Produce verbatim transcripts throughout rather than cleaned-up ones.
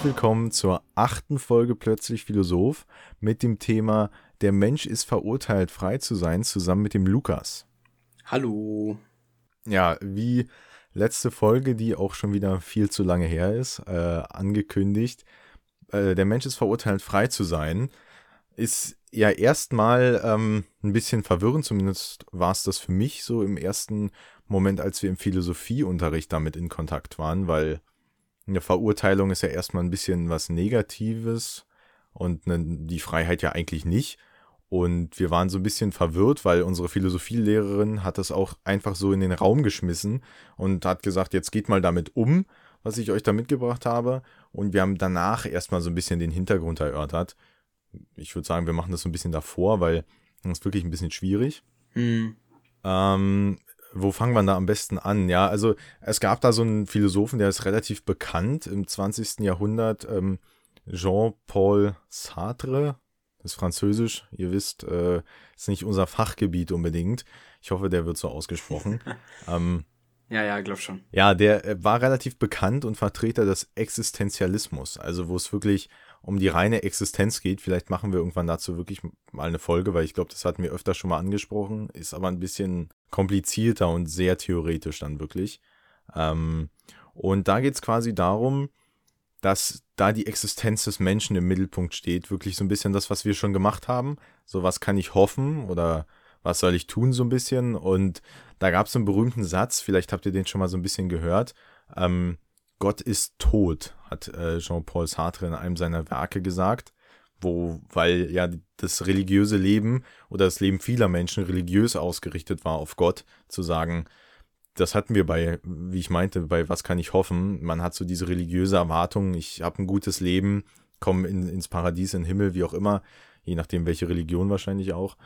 willkommen zur achten Folge Plötzlich Philosoph mit dem Thema Der Mensch ist verurteilt, frei zu sein, zusammen mit dem Lukas. Hallo. Ja, wie letzte Folge, die auch schon wieder viel zu lange her ist, äh, angekündigt. Äh, der Mensch ist verurteilt, frei zu sein, ist ja erstmal ähm, ein bisschen verwirrend, zumindest war es das für mich so im ersten Moment, als wir im Philosophieunterricht damit in Kontakt waren, weil eine Verurteilung ist ja erstmal ein bisschen was Negatives und ne, die Freiheit ja eigentlich nicht. Und wir waren so ein bisschen verwirrt, weil unsere Philosophielehrerin hat das auch einfach so in den Raum geschmissen und hat gesagt, jetzt geht mal damit um, was ich euch da mitgebracht habe. Und wir haben danach erstmal so ein bisschen den Hintergrund erörtert. Ich würde sagen, wir machen das so ein bisschen davor, weil das ist wirklich ein bisschen schwierig. Hm. Ähm, wo fangen wir da am besten an? Ja, also es gab da so einen Philosophen, der ist relativ bekannt im zwanzigsten Jahrhundert, ähm, Jean-Paul Sartre, das ist Französisch, ihr wisst, äh, ist nicht unser Fachgebiet unbedingt. Ich hoffe, der wird so ausgesprochen. ähm, Ja, ja, glaub schon. ja, der äh, war relativ bekannt und Vertreter des Existenzialismus, also wo es wirklich um die reine Existenz geht. Vielleicht machen wir irgendwann dazu wirklich mal eine Folge, weil ich glaube, das hatten wir öfter schon mal angesprochen, ist aber ein bisschen komplizierter und sehr theoretisch dann wirklich. Ähm, und da geht es quasi darum, dass da die Existenz des Menschen im Mittelpunkt steht, wirklich so ein bisschen das, was wir schon gemacht haben. So, was kann ich hoffen oder was soll ich tun so ein bisschen? Und da gab es einen berühmten Satz, vielleicht habt ihr den schon mal so ein bisschen gehört. Ähm, Gott ist tot, hat äh, Jean-Paul Sartre in einem seiner Werke gesagt, wo, weil ja das religiöse Leben oder das Leben vieler Menschen religiös ausgerichtet war auf Gott, zu sagen, das hatten wir bei, wie ich meinte, bei Was kann ich hoffen? Man hat so diese religiöse Erwartung, ich habe ein gutes Leben, komme in, ins Paradies, in den Himmel, wie auch immer, je nachdem welche Religion wahrscheinlich auch.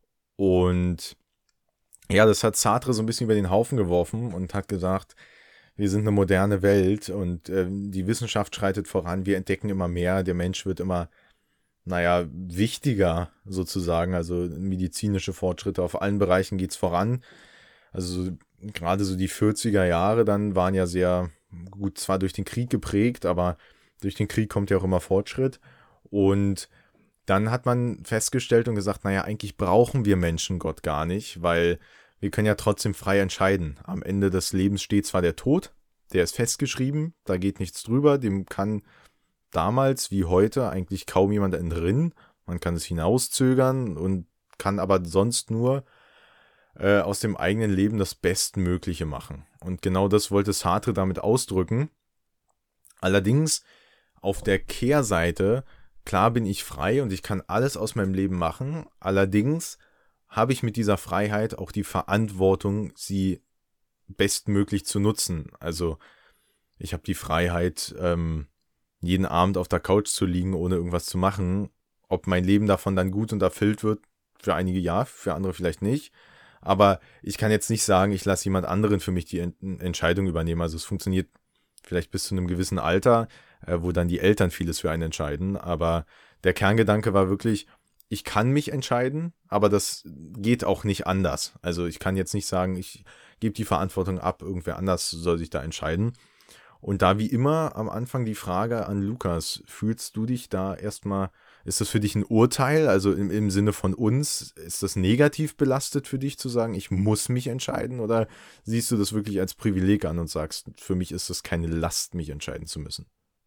Und ja, das hat Sartre so ein bisschen über den Haufen geworfen und hat gesagt, wir sind eine moderne Welt und äh, die Wissenschaft schreitet voran, wir entdecken immer mehr, der Mensch wird immer, naja, wichtiger sozusagen, also medizinische Fortschritte auf allen Bereichen geht's voran. Also so, gerade so die vierziger Jahre dann waren ja sehr gut, zwar durch den Krieg geprägt, aber durch den Krieg kommt ja auch immer Fortschritt. Und dann hat man festgestellt und gesagt, naja, eigentlich brauchen wir Menschen Gott gar nicht, weil wir können ja trotzdem frei entscheiden. Am Ende des Lebens steht zwar der Tod, der ist festgeschrieben, da geht nichts drüber, dem kann damals wie heute eigentlich kaum jemand entrinnen. Man kann es hinauszögern und kann aber sonst nur äh, aus dem eigenen Leben das Bestmögliche machen. Und genau das wollte Sartre damit ausdrücken. Allerdings auf der Kehrseite, klar bin ich frei und ich kann alles aus meinem Leben machen. Allerdings habe ich mit dieser Freiheit auch die Verantwortung, sie bestmöglich zu nutzen. Also ich habe die Freiheit, ähm, jeden Abend auf der Couch zu liegen, ohne irgendwas zu machen. Ob mein Leben davon dann gut und erfüllt wird, für einige ja, für andere vielleicht nicht. Aber ich kann jetzt nicht sagen, ich lasse jemand anderen für mich die Ent- Entscheidung übernehmen. Also es funktioniert vielleicht bis zu einem gewissen Alter, äh, wo dann die Eltern vieles für einen entscheiden. Aber der Kerngedanke war wirklich, ich kann mich entscheiden, aber das geht auch nicht anders. Also ich kann jetzt nicht sagen, ich gebe die Verantwortung ab, irgendwer anders soll sich da entscheiden. Und da wie immer am Anfang die Frage an Lukas, fühlst du dich da erstmal, ist das für dich ein Urteil, also im, im Sinne von uns, ist das negativ belastet für dich zu sagen, ich muss mich entscheiden, oder siehst du das wirklich als Privileg an und sagst, für mich ist das keine Last, mich entscheiden zu müssen?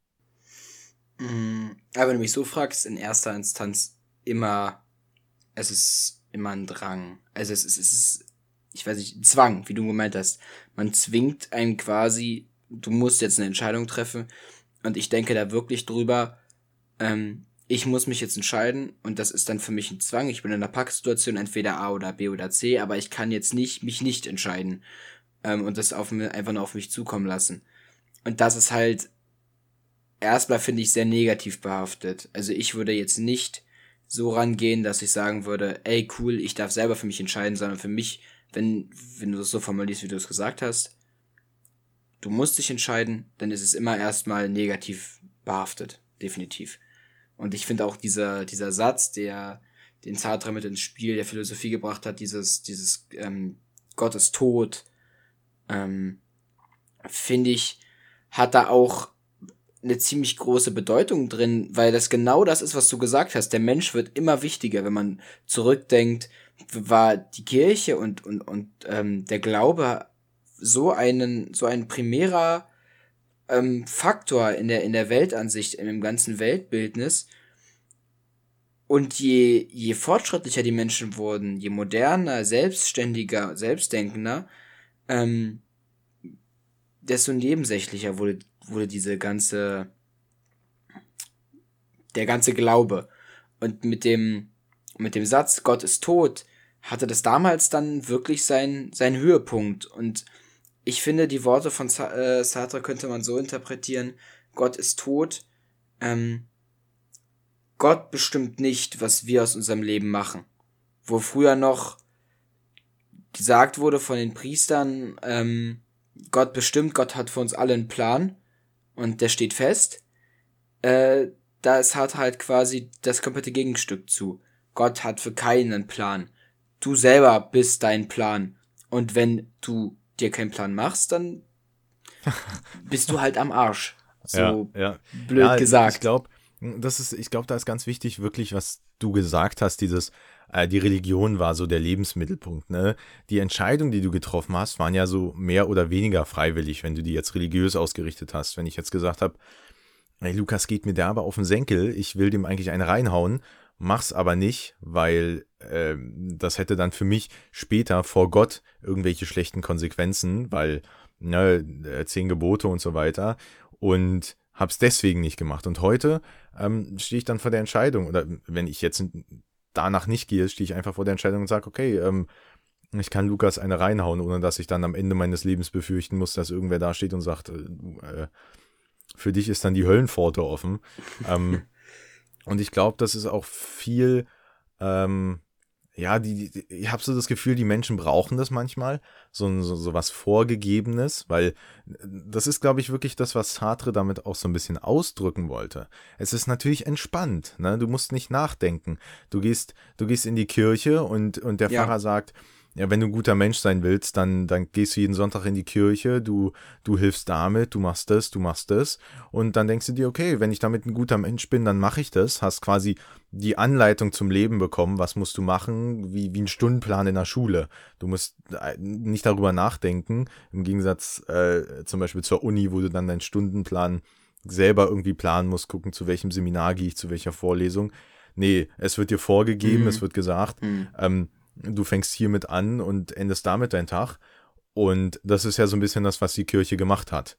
Mm, Aber wenn du mich so fragst, in erster Instanz immer, es ist immer ein Drang. Also es ist, es ist, ich weiß nicht, Zwang, wie du gemeint hast. Man zwingt einen quasi, du musst jetzt eine Entscheidung treffen. Und ich denke da wirklich drüber, ähm, ich muss mich jetzt entscheiden und das ist dann für mich ein Zwang. Ich bin in einer Packsituation, entweder A oder B oder C, aber ich kann jetzt nicht mich nicht entscheiden ähm, und das auf mir, einfach nur auf mich zukommen lassen. Und das ist halt erstmal, finde ich, sehr negativ behaftet. Also ich würde jetzt nicht so rangehen, dass ich sagen würde, ey cool, ich darf selber für mich entscheiden, sondern für mich, wenn, wenn du das so formulierst, wie du es gesagt hast, du musst dich entscheiden, dann ist es immer erstmal negativ behaftet. Definitiv. Und ich finde auch dieser, dieser Satz, der den Sartre mit ins Spiel der Philosophie gebracht hat, dieses, dieses ähm, Gott ist tot, ähm, finde ich, hat da auch eine ziemlich große Bedeutung drin, weil das genau das ist, was du gesagt hast. Der Mensch wird immer wichtiger, wenn man zurückdenkt, war die Kirche und und und ähm, der Glaube so einen so ein primärer ähm, Faktor in der in der Weltansicht, in dem ganzen Weltbildnis. Und je je fortschrittlicher die Menschen wurden, je moderner, selbstständiger, selbstdenkender, ähm, desto nebensächlicher wurde wurde diese ganze der ganze Glaube. Und mit dem mit dem Satz Gott ist tot hatte das damals dann wirklich sein sein Höhepunkt. Und ich finde, die Worte von Sartre könnte man so interpretieren: Gott ist tot. Ähm, Gott bestimmt nicht, was wir aus unserem Leben machen. Wo früher noch gesagt wurde von den Priestern, ähm, Gott bestimmt, Gott hat für uns alle einen Plan und der steht fest. Äh, da ist hat halt quasi das komplette Gegenstück zu. Gott hat für keinen einen Plan. Du selber bist dein Plan. Und wenn du dir keinen Plan machst, dann bist du halt am Arsch. So ja, ja. blöd ja, gesagt. Ich glaube, das ist, ich glaube, da ist ganz wichtig, wirklich, was du gesagt hast, dieses, äh, die Religion war so der Lebensmittelpunkt, ne? Die Entscheidungen, die du getroffen hast, waren ja so mehr oder weniger freiwillig, wenn du die jetzt religiös ausgerichtet hast. Wenn ich jetzt gesagt habe, hey, Lukas geht mir der aber auf den Senkel, ich will dem eigentlich eine reinhauen, mach's aber nicht, weil äh, das hätte dann für mich später vor Gott irgendwelche schlechten Konsequenzen, weil, ne, zehn Gebote und so weiter, und hab's deswegen nicht gemacht. Und heute ähm, stehe ich dann vor der Entscheidung, oder wenn ich jetzt danach nicht gehe, stehe ich einfach vor der Entscheidung und sage, okay, ähm, ich kann Lukas eine reinhauen, ohne dass ich dann am Ende meines Lebens befürchten muss, dass irgendwer da steht und sagt, äh, für dich ist dann die Höllenpforte offen. ähm, und ich glaube, das ist auch viel, ähm, ja, die, die, ich habe so das Gefühl, die Menschen brauchen das manchmal, so, so, so was Vorgegebenes, weil das ist, glaube ich, wirklich das, was Sartre damit auch so ein bisschen ausdrücken wollte. Es ist natürlich entspannt, ne? Du musst nicht nachdenken. Du gehst, du gehst in die Kirche und, und der Ja. Pfarrer sagt, ja, wenn du ein guter Mensch sein willst, dann, dann gehst du jeden Sonntag in die Kirche, du, du hilfst damit, du machst das, du machst das, und dann denkst du dir, okay, wenn ich damit ein guter Mensch bin, dann mache ich das, hast quasi die Anleitung zum Leben bekommen, was musst du machen, wie, wie ein Stundenplan in der Schule. Du musst nicht darüber nachdenken, im Gegensatz äh, zum Beispiel zur Uni, wo du dann deinen Stundenplan selber irgendwie planen musst, gucken, zu welchem Seminar gehe ich, zu welcher Vorlesung. Nee, es wird dir vorgegeben, Mhm. es wird gesagt, Mhm. ähm, du fängst hiermit an und endest damit deinen Tag. Und das ist ja so ein bisschen das, was die Kirche gemacht hat.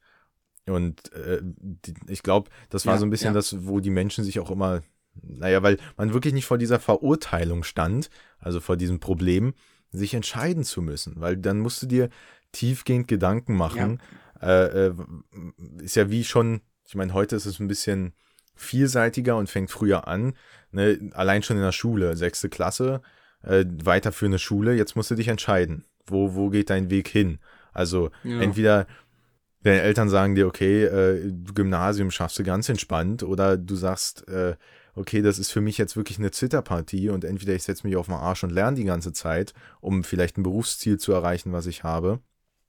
Und äh, die, ich glaube, das war Ja, so ein bisschen ja. das, wo die Menschen sich auch immer, naja, weil man wirklich nicht vor dieser Verurteilung stand, also vor diesem Problem, sich entscheiden zu müssen. Weil dann musst du dir tiefgehend Gedanken machen. Äh, äh, ist ja wie schon, ich meine, heute ist es ein bisschen vielseitiger und fängt früher an. Ne? Allein schon in der Schule, sechste Klasse, weiter für eine Schule, jetzt musst du dich entscheiden. Wo, wo geht dein Weg hin? Also Ja. entweder deine Eltern sagen dir, okay, äh, Gymnasium schaffst du ganz entspannt, oder du sagst, äh, okay, das ist für mich jetzt wirklich eine Zitterpartie und entweder ich setze mich auf den Arsch und lerne die ganze Zeit, um vielleicht ein Berufsziel zu erreichen, was ich habe,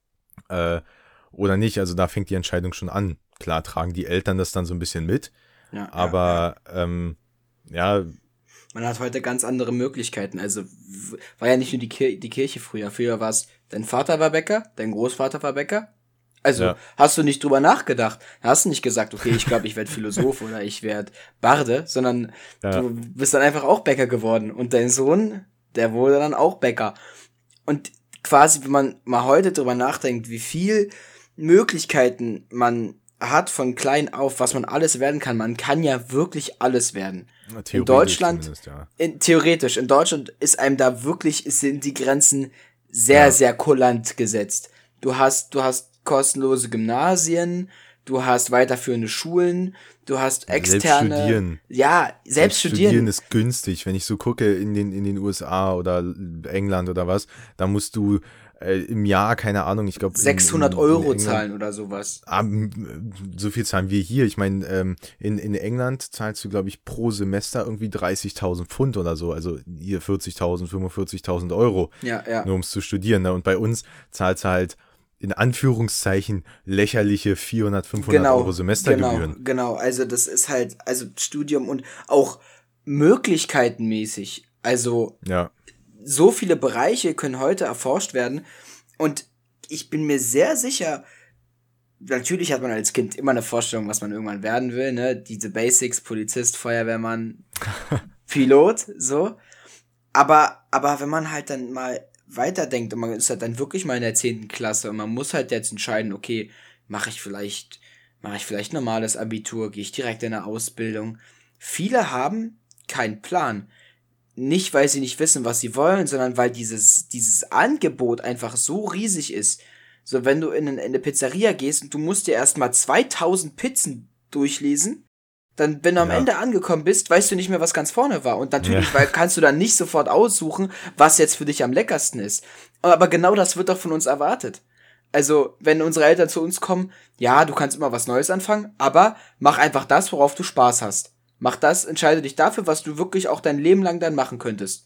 äh, oder nicht. Also da fängt die Entscheidung schon an. Klar tragen die Eltern das dann so ein bisschen mit, Ja, aber ja, ja. ähm, ja, Man hat heute ganz andere Möglichkeiten. Also w- war ja nicht nur die, Kir- die Kirche früher. Früher war es, dein Vater war Bäcker, dein Großvater war Bäcker. Also Ja. hast du nicht drüber nachgedacht. Hast du nicht gesagt, okay, ich glaube, ich werde Philosoph oder ich werde Barde, sondern Ja. du bist dann einfach auch Bäcker geworden. Und dein Sohn, der wurde dann auch Bäcker. Und quasi, wenn man mal heute drüber nachdenkt, wie viel Möglichkeiten man hat von klein auf, was man alles werden kann. Man kann ja wirklich alles werden. theoretisch In Deutschland, zumindest, ja. in, theoretisch, in Deutschland ist einem da wirklich, sind die Grenzen sehr, Ja. sehr kulant gesetzt. Du hast, du hast kostenlose Gymnasien, du hast weiterführende Schulen, du hast externe. Selbst studieren. Ja, selbst studieren. Studieren ist günstig. Wenn ich so gucke in den, in den U S A oder England oder was, da musst du äh, im Jahr, keine Ahnung, ich glaube sechshundert Euro zahlen oder sowas. Ah, so viel zahlen wir hier. Ich meine, ähm, in, in England zahlst du, glaube ich, pro Semester irgendwie dreißigtausend Pfund oder so. Also hier vierzigtausend, fünfundvierzigtausend Euro, Ja, ja. nur um es zu studieren. Ne? Und bei uns zahlst du halt in Anführungszeichen lächerliche vierhundert, fünfhundert genau, Euro Semestergebühren. Genau, genau, also das ist halt, also Studium und auch möglichkeitenmäßig, also ja. so viele Bereiche können heute erforscht werden und ich bin mir sehr sicher, natürlich hat man als Kind immer eine Vorstellung, was man irgendwann werden will, ne, diese Basics, Polizist, Feuerwehrmann, Pilot, so, aber, aber wenn man halt dann mal weiterdenkt und man ist halt dann wirklich mal in der zehnten Klasse und man muss halt jetzt entscheiden, okay, mache ich vielleicht, mache ich vielleicht normales Abitur, gehe ich direkt in eine Ausbildung. Viele haben keinen Plan. Nicht, weil sie nicht wissen, was sie wollen, sondern weil dieses, dieses Angebot einfach so riesig ist. So, wenn du in eine Pizzeria gehst und du musst dir erstmal zweitausend Pizzen durchlesen, dann, wenn du am ja. Ende angekommen bist, weißt du nicht mehr, was ganz vorne war. Und natürlich, ja. weil kannst du dann nicht sofort aussuchen, was jetzt für dich am leckersten ist. Aber genau das wird doch von uns erwartet. Also, wenn unsere Eltern zu uns kommen, ja, du kannst immer was Neues anfangen, aber mach einfach das, worauf du Spaß hast. Mach das, entscheide dich dafür, was du wirklich auch dein Leben lang dann machen könntest.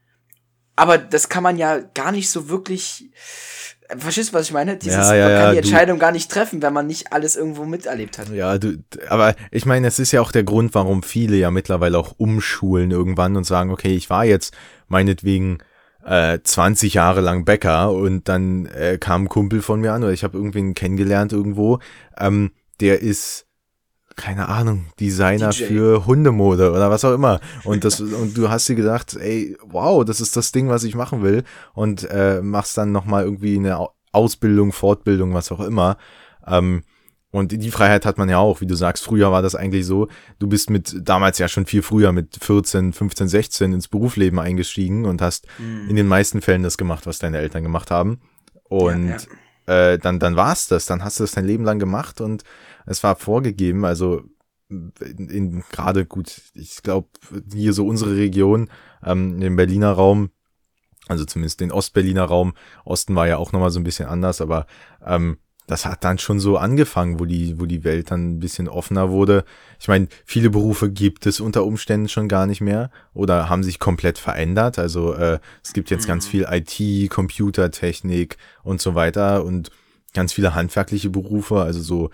Aber das kann man ja gar nicht so wirklich... Verstehst du, was ich meine? Dieses, ja, ja, man kann ja, die Entscheidung du, gar nicht treffen, wenn man nicht alles irgendwo miterlebt hat. Ja, du, aber ich meine, es ist ja auch der Grund, warum viele ja mittlerweile auch umschulen irgendwann und sagen, okay, ich war jetzt meinetwegen äh, zwanzig Jahre lang Bäcker und dann äh, kam ein Kumpel von mir an oder ich habe irgendwen kennengelernt irgendwo, ähm, der ist keine Ahnung, Designer D J für Hundemode oder was auch immer. Und das und du hast dir gedacht, ey, wow, das ist das Ding, was ich machen will. Und äh, machst dann nochmal irgendwie eine Ausbildung, Fortbildung, was auch immer. Ähm, und die Freiheit hat man ja auch, wie du sagst, früher war das eigentlich so, du bist mit, damals ja schon viel früher, mit vierzehn, fünfzehn, sechzehn ins Berufsleben eingestiegen und hast mhm. in den meisten Fällen das gemacht, was deine Eltern gemacht haben. Und ja, ja. Äh, dann, dann war's das, dann hast du das dein Leben lang gemacht und es war vorgegeben, also in, in gerade gut, ich glaube, hier so unsere Region, ähm, im Berliner Raum, also zumindest den Ostberliner Raum, Osten war ja auch nochmal so ein bisschen anders, aber ähm, das hat dann schon so angefangen, wo die, wo die Welt dann ein bisschen offener wurde. Ich meine, viele Berufe gibt es unter Umständen schon gar nicht mehr oder haben sich komplett verändert. Also äh, es gibt jetzt mhm. ganz viel I T, Computertechnik und so weiter und ganz viele handwerkliche Berufe, also so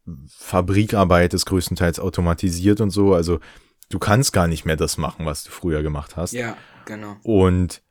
Fabrikarbeit ist größtenteils automatisiert und so. Also du kannst gar nicht mehr das machen, was du früher gemacht hast. Ja, genau. Und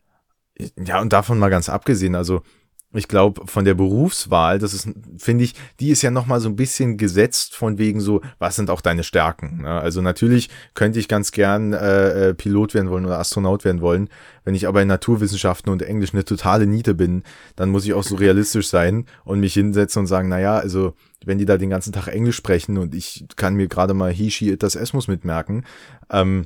ja, und davon mal ganz abgesehen, also ich glaube, von der Berufswahl, das ist, finde ich, die ist ja nochmal so ein bisschen gesetzt von wegen so, was sind auch deine Stärken? Ne? Also natürlich könnte ich ganz gern äh, Pilot werden wollen oder Astronaut werden wollen. Wenn ich aber in Naturwissenschaften und Englisch eine totale Niete bin, dann muss ich auch so realistisch sein und mich hinsetzen und sagen, naja, also wenn die da den ganzen Tag Englisch sprechen und ich kann mir gerade mal he, she, it, das Esmus mitmerken, ähm,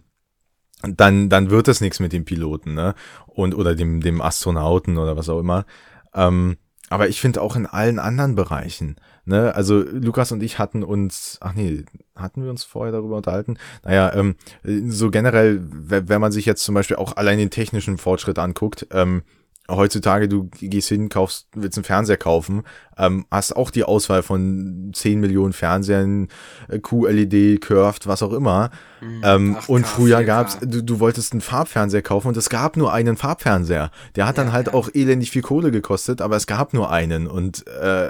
dann dann wird das nichts mit dem Piloten, ne? Und oder dem dem Astronauten oder was auch immer. Ähm, aber ich finde auch in allen anderen Bereichen, ne, also Lukas und ich hatten uns, ach nee, hatten wir uns vorher darüber unterhalten? Naja, ähm, so generell, wenn man sich jetzt zum Beispiel auch allein den technischen Fortschritt anguckt, ähm, heutzutage, du gehst hin, kaufst, willst einen Fernseher kaufen, ähm, hast auch die Auswahl von zehn Millionen Fernsehern, Q L E D, Curved, was auch immer. Mhm, ähm, und früher gab's, du, du wolltest einen Farbfernseher kaufen und es gab nur einen Farbfernseher. Der hat dann ja, halt ja. auch elendig viel Kohle gekostet, aber es gab nur einen und äh,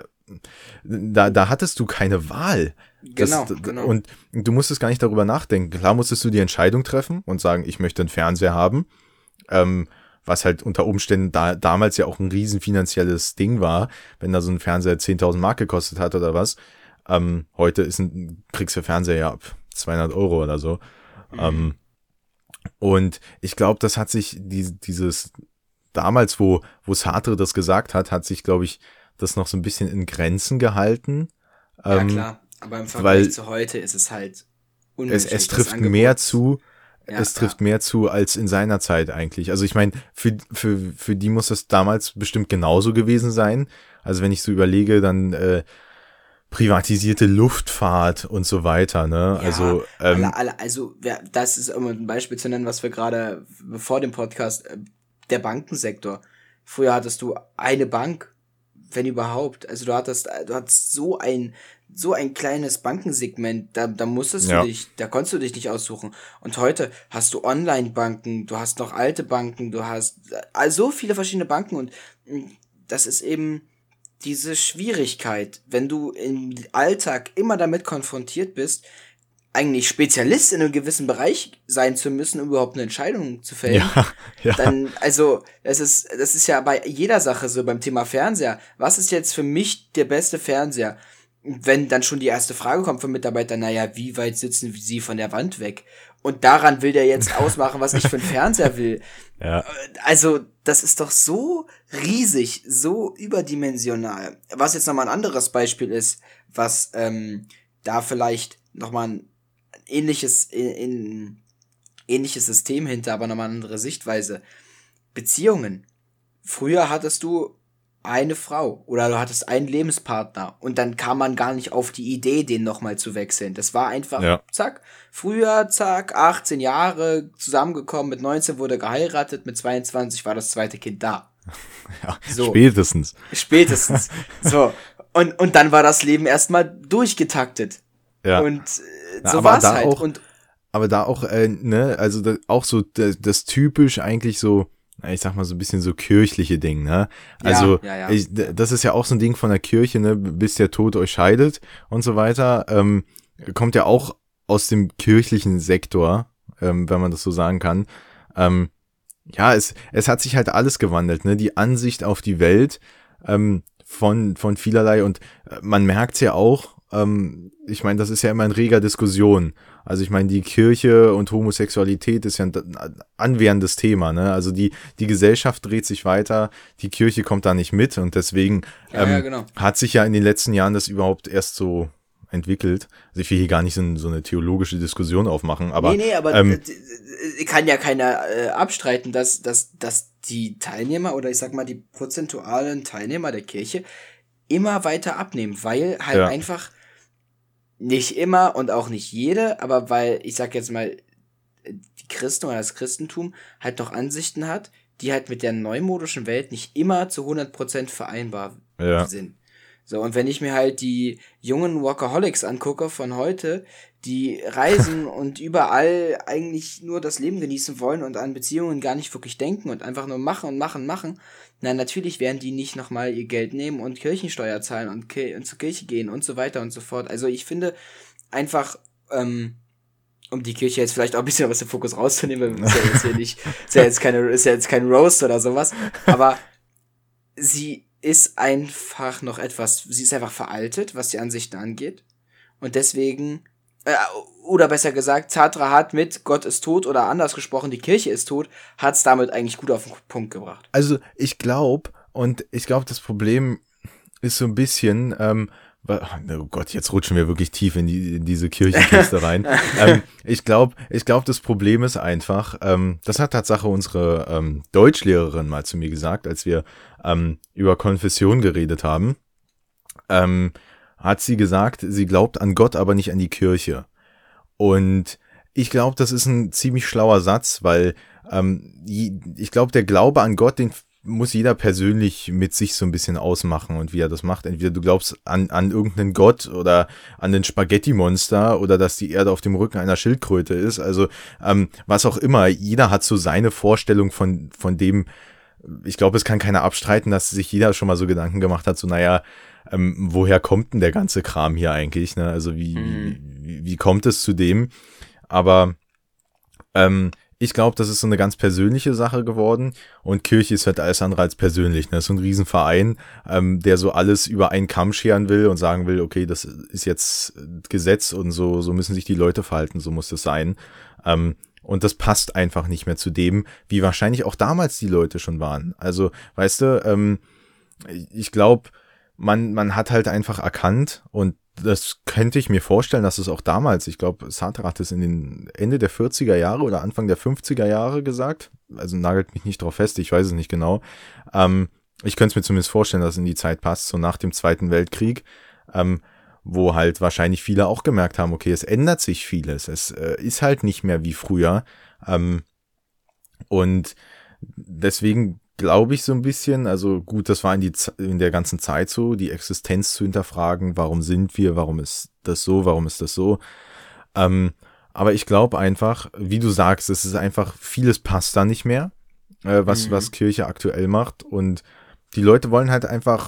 da, da hattest du keine Wahl. Genau, das, genau. Und du musstest gar nicht darüber nachdenken. Klar musstest du die Entscheidung treffen und sagen, ich möchte einen Fernseher haben. Ähm, was halt unter Umständen da, damals ja auch ein riesen finanzielles Ding war, wenn da so ein Fernseher zehntausend Mark gekostet hat oder was. Ähm, heute ist ein, kriegst du Fernseher ja ab zweihundert Euro oder so. Mhm. Ähm, und ich glaube, das hat sich die, dieses, damals, wo, wo Sartre das gesagt hat, hat sich, glaube ich, das noch so ein bisschen in Grenzen gehalten. Ja, ähm, klar. Aber im Vergleich zu heute ist es halt unnötig. Es, es trifft mehr zu, Ja, es trifft ja. mehr zu als in seiner Zeit eigentlich. Also ich meine, für, für, für die muss das damals bestimmt genauso gewesen sein. Also wenn ich so überlege, dann äh, privatisierte Luftfahrt und so weiter, ne? Ja, also ähm, alle, alle, also ja, das ist um ein Beispiel zu nennen, was wir gerade vor dem Podcast, äh, der Bankensektor. Früher hattest du eine Bank, wenn überhaupt. Also du hattest, du hattest so ein so ein kleines Bankensegment, da, da musstest ja. du dich, da konntest du dich nicht aussuchen. Und heute hast du Online-Banken, du hast noch alte Banken, du hast so viele verschiedene Banken und das ist eben diese Schwierigkeit, wenn du im Alltag immer damit konfrontiert bist, eigentlich Spezialist in einem gewissen Bereich sein zu müssen, um überhaupt eine Entscheidung zu fällen, Ja, ja. dann, also, das ist, das ist ja bei jeder Sache so, beim Thema Fernseher. Was ist jetzt für mich der beste Fernseher? Wenn dann schon die erste Frage kommt vom Mitarbeiter, naja, wie weit sitzen Sie von der Wand weg? Und daran will der jetzt ausmachen, was ich für einen Fernseher will. Ja. Also, das ist doch so riesig, so überdimensional. Was jetzt nochmal ein anderes Beispiel ist, was ähm, da vielleicht nochmal ein ähnliches, in, in, ähnliches System hinter, aber nochmal eine andere Sichtweise. Beziehungen. Früher hattest du eine Frau oder du hattest einen Lebenspartner und dann kam man gar nicht auf die Idee, den nochmal zu wechseln. Das war einfach, Ja. zack, früher, zack, achtzehn Jahre zusammengekommen, mit neunzehn wurde geheiratet, mit zweiundzwanzig war das zweite Kind da. Ja, So. spätestens. Spätestens. So. Und, und dann war das Leben erstmal durchgetaktet. Ja. Und äh, Na, so aber war's da halt. auch- Und Aber da auch, äh, ne, also da, auch so das, das typisch eigentlich so, na, ich sag mal so ein bisschen so kirchliche Ding, ne? Also ja, ja. Ich, d- das ist ja auch so ein Ding von der Kirche, ne, bis der Tod euch scheidet und so weiter. Ähm, kommt ja auch aus dem kirchlichen Sektor, ähm, wenn man das so sagen kann. Ähm, ja, es, es hat sich halt alles gewandelt, ne? Die Ansicht auf die Welt ähm, von, von vielerlei und äh, man merkt's ja auch, ähm, ich meine, das ist ja immer in reger Diskussion. Also ich meine, die Kirche und Homosexualität ist ja ein anwährendes Thema, ne? Also die, die Gesellschaft dreht sich weiter, die Kirche kommt da nicht mit und deswegen Ja, ähm, ja, genau. hat sich ja in den letzten Jahren das überhaupt erst so entwickelt. Also ich will hier gar nicht so, so eine theologische Diskussion aufmachen, aber nee, nee, aber ähm, d- d- kann ja keiner äh, abstreiten, dass, dass, dass die Teilnehmer oder ich sag mal die prozentualen Teilnehmer der Kirche immer weiter abnehmen, weil halt Ja. einfach nicht immer und auch nicht jede, aber weil, ich sag jetzt mal, die Christen oder das Christentum halt doch Ansichten hat, die halt mit der neumodischen Welt nicht immer zu hundert Prozent vereinbar ja. sind. So, und wenn ich mir halt die jungen Workaholics angucke von heute, die reisen und überall eigentlich nur das Leben genießen wollen und an Beziehungen gar nicht wirklich denken und einfach nur machen und machen, machen, na, natürlich werden die nicht nochmal ihr Geld nehmen und Kirchensteuer zahlen und, Ki- und zur Kirche gehen und so weiter und so fort. Also ich finde einfach, ähm, um die Kirche jetzt vielleicht auch ein bisschen aus dem Fokus rauszunehmen, weil ist ja jetzt hier nicht, ist ja jetzt keine, ist ja jetzt kein Roast oder sowas, aber sie ist einfach noch etwas, sie ist einfach veraltet, was die Ansichten angeht. Und deswegen, äh, oder besser gesagt, Sartre hat mit Gott ist tot oder anders gesprochen, die Kirche ist tot, hat es damit eigentlich gut auf den Punkt gebracht. Also ich glaube, und ich glaube, das Problem ist so ein bisschen, ähm, wa- oh Gott, jetzt rutschen wir wirklich tief in, die, in diese Kirchenkiste rein. ähm, ich glaube, ich glaube, das Problem ist einfach, ähm, das hat Tatsache unsere ähm, Deutschlehrerin mal zu mir gesagt, als wir ähm, über Konfession geredet haben, ähm, hat sie gesagt, sie glaubt an Gott, aber nicht an die Kirche. Und ich glaube, das ist ein ziemlich schlauer Satz, weil ähm, je- ich glaube, der Glaube an Gott, den f- muss jeder persönlich mit sich so ein bisschen ausmachen und wie er das macht. Entweder du glaubst an, an irgendeinen Gott oder an den Spaghetti-Monster oder dass die Erde auf dem Rücken einer Schildkröte ist. Also ähm, was auch immer. Jeder hat so seine Vorstellung von, von dem. Ich glaube, es kann keiner abstreiten, dass sich jeder schon mal so Gedanken gemacht hat, so naja, ähm, woher kommt denn der ganze Kram hier eigentlich? Ne? Also wie, Mhm. wie, wie kommt es zu dem? Aber ähm, ich glaube, das ist so eine ganz persönliche Sache geworden und Kirche ist halt alles andere als persönlich. Ne? Das ist so ein Riesenverein, ähm, der so alles über einen Kamm scheren will und sagen will, okay, das ist jetzt Gesetz und so, so müssen sich die Leute verhalten, so muss es sein. Ähm, und das passt einfach nicht mehr zu dem, wie wahrscheinlich auch damals die Leute schon waren. Also, weißt du, ähm, ich glaube, man, man hat halt einfach erkannt und das könnte ich mir vorstellen, dass es auch damals, ich glaube, Sartre hat es in den Ende der vierziger Jahre oder Anfang der fünfziger Jahre gesagt, also nagelt mich nicht drauf fest, ich weiß es nicht genau. Ähm, ich könnte es mir zumindest vorstellen, dass es in die Zeit passt, so nach dem Zweiten Weltkrieg, ähm, wo halt wahrscheinlich viele auch gemerkt haben, okay, es ändert sich vieles, es äh, ist halt nicht mehr wie früher. Ähm, und deswegen glaube ich so ein bisschen, also gut, das war in, die, Z- in der ganzen Zeit so, die Existenz zu hinterfragen, warum sind wir, warum ist das so, warum ist das so. Ähm, aber ich glaube einfach, wie du sagst, es ist einfach, vieles passt da nicht mehr, äh, was, Mhm. was Kirche aktuell macht und die Leute wollen halt einfach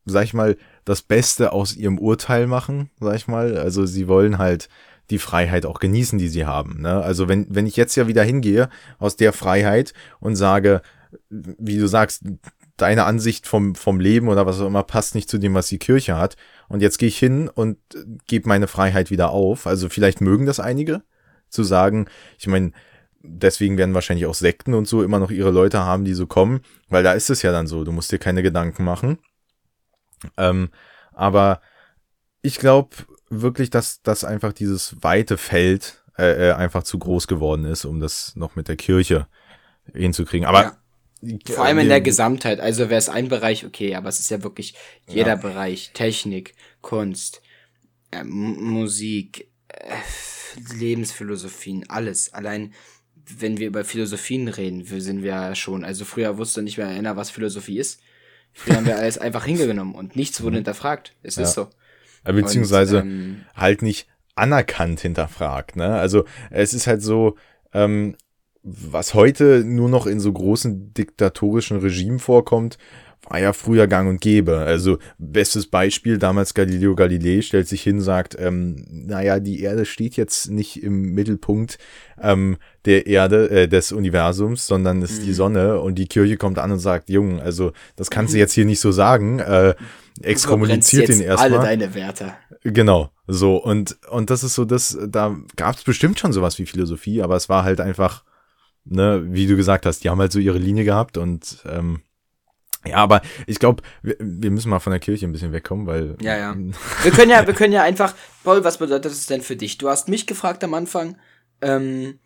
sag ich mal, das Beste aus ihrem Urteil machen, sag ich mal. Also sie wollen halt die Freiheit auch genießen, die sie haben. Ne? Also wenn, wenn ich jetzt ja wieder hingehe aus der Freiheit und sage, wie du sagst, deine Ansicht vom, vom Leben oder was auch immer passt nicht zu dem, was die Kirche hat. Und jetzt gehe ich hin und gebe meine Freiheit wieder auf. Also vielleicht mögen das einige, zu sagen, ich meine, deswegen werden wahrscheinlich auch Sekten und so immer noch ihre Leute haben, die so kommen, weil da ist es ja dann so, du musst dir keine Gedanken machen. Ähm, aber ich glaube wirklich, dass, dass einfach dieses weite Feld äh, einfach zu groß geworden ist, um das noch mit der Kirche hinzukriegen. Aber ja. Vor allem in der Gesamtheit. Also wäre es ein Bereich, okay, aber es ist ja wirklich jeder ja. Bereich. Technik, Kunst, äh, M- Musik, äh, Lebensphilosophien, alles. Allein, wenn wir über Philosophien reden, wir sind wir ja schon, also früher wusste nicht mehr einer, was Philosophie ist. Früher haben wir alles einfach hingenommen und nichts wurde hinterfragt. Es ja. ist so. Beziehungsweise und, ähm, halt nicht anerkannt hinterfragt, ne? Also es ist halt so, ähm, was heute nur noch in so großen diktatorischen Regimen vorkommt, war ja früher gang und gäbe. Also bestes Beispiel, damals Galileo Galilei stellt sich hin, sagt, ähm, naja, die Erde steht jetzt nicht im Mittelpunkt ähm, der Erde, äh, des Universums, sondern ist mhm. die Sonne, und die Kirche kommt an und sagt, Jung, also das kannst du jetzt hier nicht so sagen, äh, exkommuniziert ihn erstmal. Alle deine Werte. Genau, so, und und das ist so, das, da gab es bestimmt schon sowas wie Philosophie, aber es war halt einfach, ne, wie du gesagt hast, die haben halt so ihre Linie gehabt und ähm, ja, aber ich glaube, wir, wir müssen mal von der Kirche ein bisschen wegkommen, weil ja, ja. Wir können ja, wir können ja einfach, Paul, was bedeutet das denn für dich? Du hast mich gefragt am Anfang, ähm,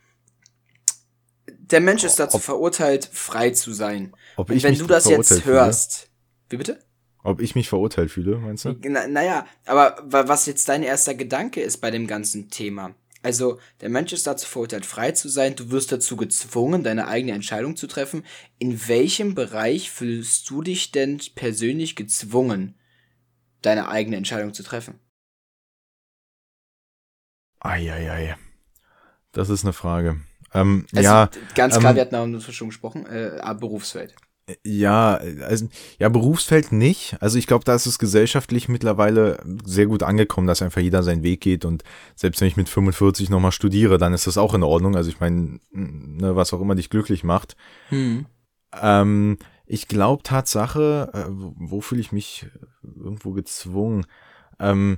der Mensch ist dazu ob, verurteilt, frei zu sein. Ob und ich wenn mich du das jetzt hörst, fühle? Wie bitte? Ob ich mich verurteilt fühle, meinst du? Na, naja, aber was jetzt dein erster Gedanke ist bei dem ganzen Thema. Also, der Mensch ist dazu verurteilt, frei zu sein. Du wirst dazu gezwungen, deine eigene Entscheidung zu treffen. In welchem Bereich fühlst du dich denn persönlich gezwungen, deine eigene Entscheidung zu treffen? Eieiei. Das ist eine Frage. Ähm, also, ja, ganz klar, ähm, wir hatten auch schon gesprochen, äh, Berufsfeld. Ja, also ja, Berufsfeld nicht. Also ich glaube, da ist es gesellschaftlich mittlerweile sehr gut angekommen, dass einfach jeder seinen Weg geht, und selbst wenn ich mit fünfundvierzig nochmal studiere, dann ist das auch in Ordnung. Also ich meine, ne, was auch immer dich glücklich macht. Hm. Ähm, ich glaube, Tatsache, äh, wo, wo fühle ich mich irgendwo gezwungen? Ähm,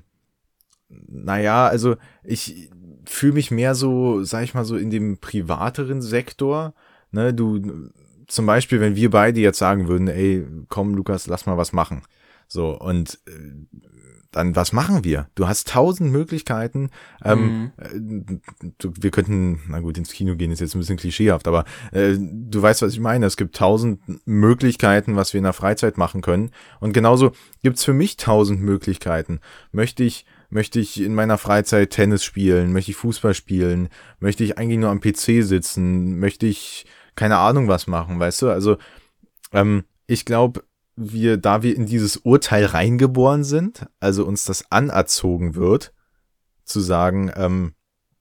naja, also ich fühle mich mehr so, sag ich mal, so in dem privateren Sektor. Ne, du Zum Beispiel, wenn wir beide jetzt sagen würden, ey, komm, Lukas, lass mal was machen. So, und äh, dann, was machen wir? Du hast tausend Möglichkeiten. Ähm, mhm. du, wir könnten, na gut, ins Kino gehen ist jetzt ein bisschen klischeehaft, aber äh, du weißt, was ich meine. Es gibt tausend Möglichkeiten, was wir in der Freizeit machen können. Und genauso gibt's für mich tausend Möglichkeiten. Möchte ich Möchte ich in meiner Freizeit Tennis spielen? Möchte ich Fußball spielen? Möchte ich eigentlich nur am P C sitzen? Möchte ich keine Ahnung was machen, weißt du? Also ähm, ich glaube, wir, da wir in dieses Urteil reingeboren sind, also uns das anerzogen wird, zu sagen, ähm,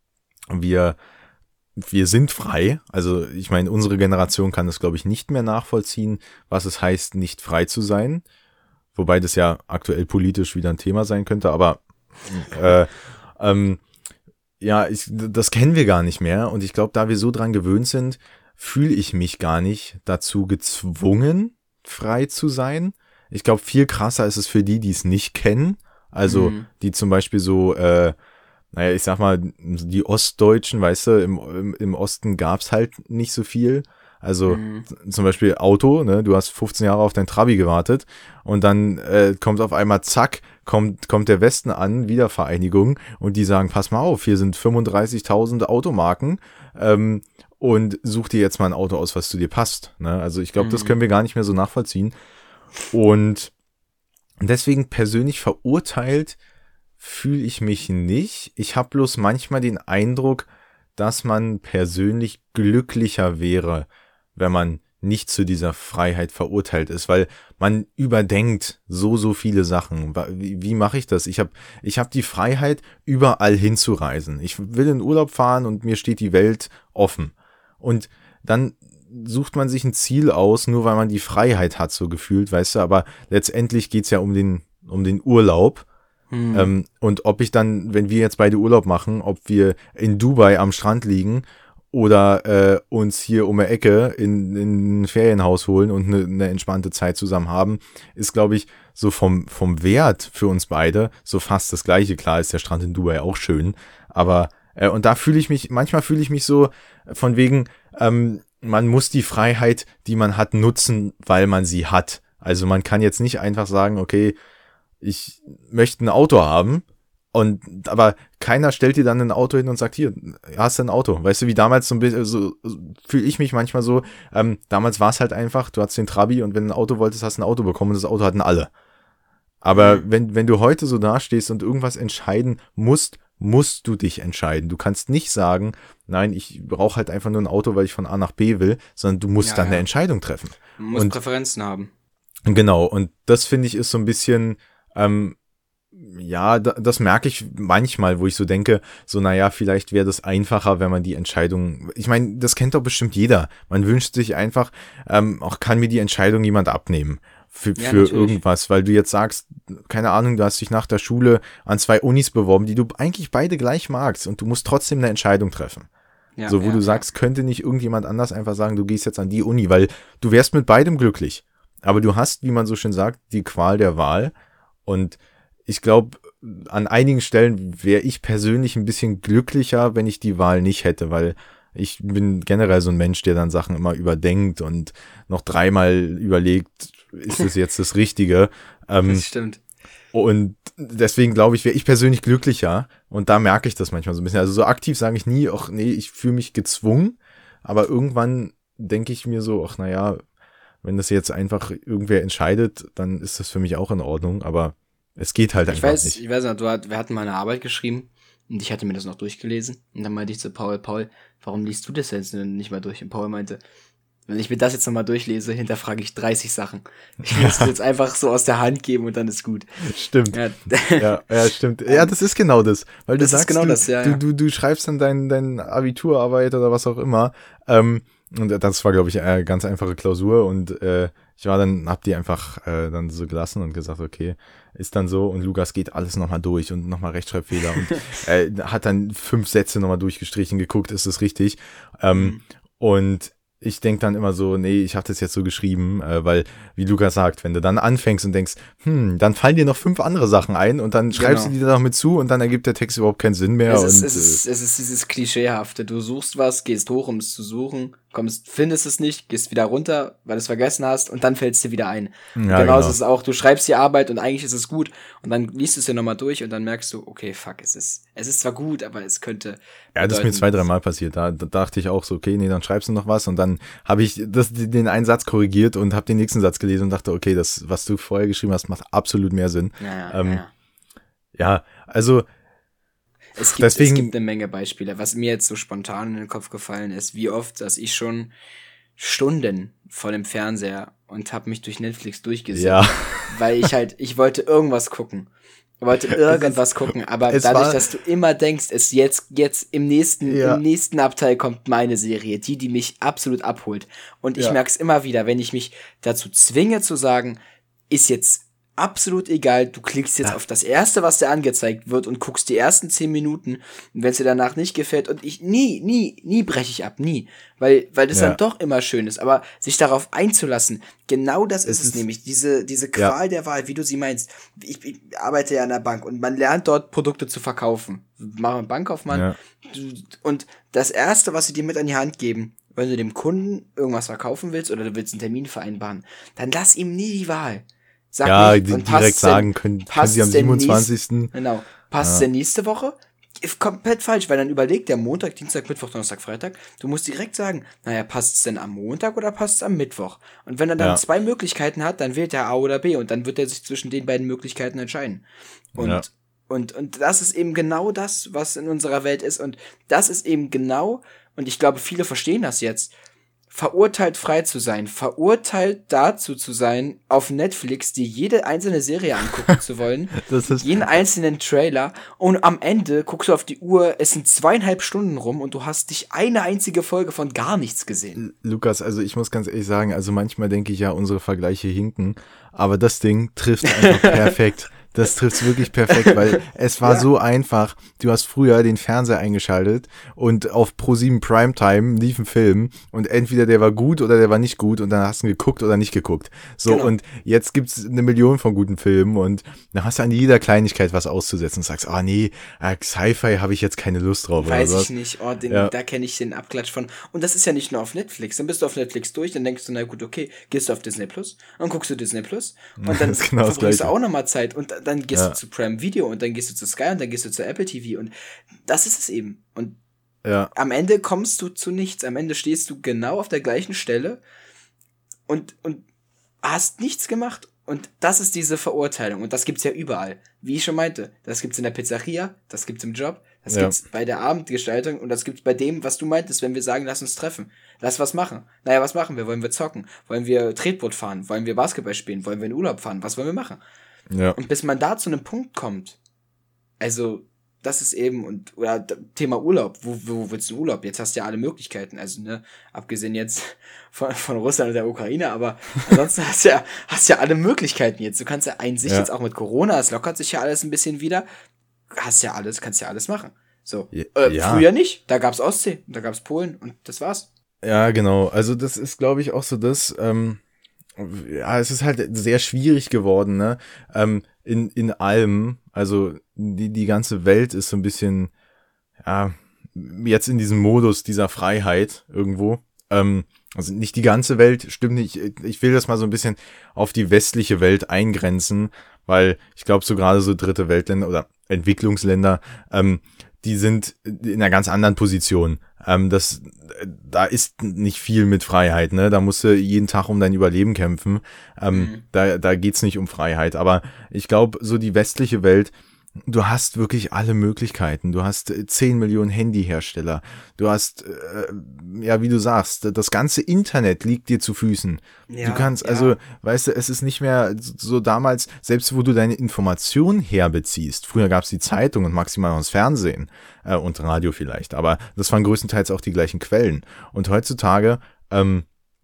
wir wir sind frei. Also ich meine, unsere Generation kann das, glaube ich, nicht mehr nachvollziehen, was es heißt, nicht frei zu sein. Wobei das ja aktuell politisch wieder ein Thema sein könnte, aber äh, ähm, ja, ich, das kennen wir gar nicht mehr. Und ich glaube, da wir so dran gewöhnt sind, fühle ich mich gar nicht dazu gezwungen, frei zu sein. Ich glaube, viel krasser ist es für die, die es nicht kennen. Also, mhm. die zum Beispiel so, äh, naja, ich sag mal, die Ostdeutschen, weißt du, im, im, im Osten gab's halt nicht so viel. Also, mhm. zum Beispiel Auto, ne, du hast fünfzehn Jahre auf dein Trabi gewartet und dann äh, kommt auf einmal, zack, kommt kommt der Westen an, Wiedervereinigung, und die sagen, pass mal auf, hier sind fünfunddreißigtausend Automarken, ähm, und such dir jetzt mal ein Auto aus, was zu dir passt. Ne? Also ich glaube, mhm. das können wir gar nicht mehr so nachvollziehen. Und deswegen persönlich verurteilt fühle ich mich nicht. Ich habe bloß manchmal den Eindruck, dass man persönlich glücklicher wäre, wenn man nicht zu dieser Freiheit verurteilt ist, weil man überdenkt so, so viele Sachen. Wie, wie mache ich das? Ich habe ich hab die Freiheit, überall hinzureisen. Ich will in Urlaub fahren und mir steht die Welt offen. Und dann sucht man sich ein Ziel aus, nur weil man die Freiheit hat, so gefühlt, weißt du, aber letztendlich geht's ja um den, um den Urlaub. Hm. Ähm, und ob ich dann, wenn wir jetzt beide Urlaub machen, ob wir in Dubai am Strand liegen oder äh, uns hier um die Ecke in, in ein Ferienhaus holen und eine, eine entspannte Zeit zusammen haben, ist, glaube ich, so vom, vom Wert für uns beide so fast das Gleiche. Klar ist der Strand in Dubai auch schön, aber äh, und da fühle ich mich, manchmal fühle ich mich so von wegen, ähm, man muss die Freiheit, die man hat, nutzen, weil man sie hat. Also man kann jetzt nicht einfach sagen, okay, ich möchte ein Auto haben, und aber keiner stellt dir dann ein Auto hin und sagt, hier, hast du ein Auto. Weißt du, wie damals so ein bisschen, so fühle ich mich manchmal so, ähm, damals war es halt einfach, du hattest den Trabi und wenn du ein Auto wolltest, hast du ein Auto bekommen und das Auto hatten alle. Aber mhm. wenn, wenn du heute so dastehst und irgendwas entscheiden musst, musst du dich entscheiden. Du kannst nicht sagen, nein, ich brauche halt einfach nur ein Auto, weil ich von A nach B will, sondern du musst ja, dann ja. eine Entscheidung treffen. Du musst und, Präferenzen haben. Genau, und das finde ich ist so ein bisschen, ähm, ja, da, das merke ich manchmal, wo ich so denke, so naja, vielleicht wäre das einfacher, wenn man die Entscheidung, ich meine, das kennt doch bestimmt jeder. Man wünscht sich einfach, ähm, auch kann mir die Entscheidung jemand abnehmen für, ja, für irgendwas, weil du jetzt sagst, keine Ahnung, du hast dich nach der Schule an zwei Unis beworben, die du eigentlich beide gleich magst und du musst trotzdem eine Entscheidung treffen. Ja, so, wo ja, du sagst, ja. könnte nicht irgendjemand anders einfach sagen, du gehst jetzt an die Uni, weil du wärst mit beidem glücklich. Aber du hast, wie man so schön sagt, die Qual der Wahl und ich glaube, an einigen Stellen wäre ich persönlich ein bisschen glücklicher, wenn ich die Wahl nicht hätte, weil ich bin generell so ein Mensch, der dann Sachen immer überdenkt und noch dreimal überlegt, ist es jetzt das Richtige? Ähm, das stimmt. Und deswegen glaube ich, wäre ich persönlich glücklicher und da merke ich das manchmal so ein bisschen. Also so aktiv sage ich nie, ach nee, ich fühle mich gezwungen, aber irgendwann denke ich mir so, ach naja, wenn das jetzt einfach irgendwer entscheidet, dann ist das für mich auch in Ordnung, aber es geht halt einfach ich weiß, nicht. Ich weiß noch, du hat, wir hatten mal eine Arbeit geschrieben und ich hatte mir das noch durchgelesen und dann meinte ich zu Paul, Paul, warum liest du das jetzt nicht mal durch? Und Paul meinte, wenn ich mir das jetzt nochmal durchlese, hinterfrage ich dreißig Sachen. Ich will es jetzt einfach so aus der Hand geben und dann ist gut. Stimmt. Ja, ja, ja stimmt. Ja, das ist genau das. Weil du das sagst, genau du, das, ja, du, du, du schreibst dann dein, dein Abiturarbeit oder was auch immer. Ähm, und das war, glaube ich, eine ganz einfache Klausur und äh, ich war dann, hab die einfach äh, dann so gelassen und gesagt, okay, ist dann so und Lukas geht alles nochmal durch und nochmal Rechtschreibfehler und äh, hat dann fünf Sätze nochmal durchgestrichen, geguckt, ist das richtig? Ähm, mhm. Und ich denk dann immer so, nee, ich habe das jetzt so geschrieben, äh, weil, wie Lukas sagt, wenn du dann anfängst und denkst, hm, dann fallen dir noch fünf andere Sachen ein und dann schreibst genau. du die da noch mit zu und dann ergibt der Text überhaupt keinen Sinn mehr. Es ist, und, es ist, es ist dieses Klischeehafte. Du suchst was, gehst hoch, um es zu suchen, kommst, findest es nicht, gehst wieder runter, weil du es vergessen hast und dann fällt es dir wieder ein. Ja, genauso genau. ist es auch, du schreibst die Arbeit und eigentlich ist es gut und dann liest du es ja nochmal durch und dann merkst du, okay, fuck, es ist, es ist zwar gut, aber es könnte. Ja, das ist mir zwei, drei Mal passiert. Da, da dachte ich auch so, okay, nee, dann schreibst du noch was und dann habe ich das, den einen Satz korrigiert und habe den nächsten Satz gelesen und dachte, okay, das, was du vorher geschrieben hast, macht absolut mehr Sinn. Ja, ja, ähm, ja. ja also Es gibt, Deswegen, es gibt eine Menge Beispiele. Was mir jetzt so spontan in den Kopf gefallen ist, wie oft, dass ich schon Stunden vor dem Fernseher und habe mich durch Netflix durchgesetzt, ja. weil ich halt, ich wollte irgendwas gucken. Ich wollte irgendwas gucken, aber dadurch, war, dass du immer denkst, es jetzt, jetzt im nächsten, ja. im nächsten Abteil kommt meine Serie, die, die mich absolut abholt. Und ich ja. merke es immer wieder, wenn ich mich dazu zwinge zu sagen, ist jetzt absolut egal, du klickst jetzt ja. auf das erste, was dir angezeigt wird und guckst die ersten zehn Minuten und wenn es dir danach nicht gefällt und ich, nie, nie, nie breche ich ab, nie, weil, weil das ja. dann doch immer schön ist, aber sich darauf einzulassen, genau das ist es, ist nämlich, diese, diese Qual ja. der Wahl, wie du sie meinst. Ich, ich arbeite ja an der Bank und man lernt dort Produkte zu verkaufen. Machen wir Bankkaufmann ja. und das erste, was sie dir mit an die Hand geben, wenn du dem Kunden irgendwas verkaufen willst oder du willst einen Termin vereinbaren, dann lass ihm nie die Wahl. Sag ja, nicht, die direkt sagen, können, können sie am siebenundzwanzigsten Nächst, genau. Passt es ja. denn nächste Woche? Komplett falsch, weil dann überlegt der Montag, Dienstag, Mittwoch, Donnerstag, Freitag. Du musst direkt sagen, naja, passt es denn am Montag oder passt es am Mittwoch? Und wenn er dann ja. zwei Möglichkeiten hat, dann wählt er A oder B und dann wird er sich zwischen den beiden Möglichkeiten entscheiden. Und, ja. und, und das ist eben genau das, was in unserer Welt ist. Und das ist eben genau, und ich glaube, viele verstehen das jetzt, verurteilt frei zu sein, verurteilt dazu zu sein, auf Netflix dir jede einzelne Serie angucken zu wollen, das ist jeden einzelnen Trailer und am Ende guckst du auf die Uhr, es sind zweieinhalb Stunden rum und du hast dich eine einzige Folge von gar nichts gesehen. Lukas, also ich muss ganz ehrlich sagen, also manchmal denke ich ja, unsere Vergleiche hinken, aber das Ding trifft einfach perfekt. Das trifft's wirklich perfekt, weil es war ja. so einfach. Du hast früher den Fernseher eingeschaltet und auf ProSieben Primetime lief ein Film und entweder der war gut oder der war nicht gut und dann hast du ihn geguckt oder nicht geguckt. So, genau. Und jetzt gibt's eine Million von guten Filmen und dann hast du an jeder Kleinigkeit was auszusetzen und sagst, ah oh, nee, Sci-Fi habe ich jetzt keine Lust drauf. Weiß oder ich nicht, oh, den, ja. da kenne ich den Abklatsch von. Und das ist ja nicht nur auf Netflix. Dann bist du auf Netflix durch, dann denkst du, na gut, okay, gehst du auf Disney Plus, dann guckst du Disney Plus und dann genau verbringst du auch nochmal Zeit und dann gehst ja. du zu Prime Video und dann gehst du zu Sky und dann gehst du zu Apple T V und das ist es eben. Und ja. am Ende kommst du zu nichts. Am Ende stehst du genau auf der gleichen Stelle und, und hast nichts gemacht. Und das ist diese Verurteilung. Und das gibt's ja überall. Wie ich schon meinte, das gibt's in der Pizzeria, das gibt's im Job, das ja. gibt's bei der Abendgestaltung und das gibt's bei dem, was du meintest, wenn wir sagen, lass uns treffen. Lass was machen. Naja, was machen wir? Wollen wir zocken? Wollen wir Tretboot fahren? Wollen wir Basketball spielen? Wollen wir in Urlaub fahren? Was wollen wir machen? Ja. Und bis man da zu einem Punkt kommt, also das ist eben, und oder Thema Urlaub, wo, wo willst du in Urlaub? Jetzt hast du ja alle Möglichkeiten, also ne, abgesehen jetzt von, von Russland und der Ukraine, aber ansonsten hast du ja, hast ja alle Möglichkeiten jetzt. Du kannst ja einsicht ja. jetzt auch mit Corona, es lockert sich ja alles ein bisschen wieder, hast ja alles, kannst ja alles machen. So, ja. Äh, früher nicht, da gab's Ostsee, da gab's Polen und das war's. Ja, genau, also das ist, glaube ich, auch so das, ähm, ja, es ist halt sehr schwierig geworden, ne, ähm, in, in allem, also die, die ganze Welt ist so ein bisschen, ja, jetzt in diesem Modus dieser Freiheit irgendwo, ähm, also nicht die ganze Welt, stimmt nicht, ich will das mal so ein bisschen auf die westliche Welt eingrenzen, weil ich glaube, so gerade so dritte Weltländer oder Entwicklungsländer, ähm, die sind in einer ganz anderen Position. Ähm, das, da ist nicht viel mit Freiheit, ne? Da musst du jeden Tag um dein Überleben kämpfen. Ähm, mhm. Da, da geht's nicht um Freiheit. Aber ich glaube, so die westliche Welt, du hast wirklich alle Möglichkeiten. Du hast zehn Millionen Handyhersteller. Du hast, äh, ja, wie du sagst, das ganze Internet liegt dir zu Füßen. Ja, du kannst, ja. also, weißt du, es ist nicht mehr so damals, selbst wo du deine Informationen herbeziehst. Früher gab es die Zeitung und maximal noch das Fernsehen äh, und Radio vielleicht. Aber das waren größtenteils auch die gleichen Quellen. Und heutzutage, ähm,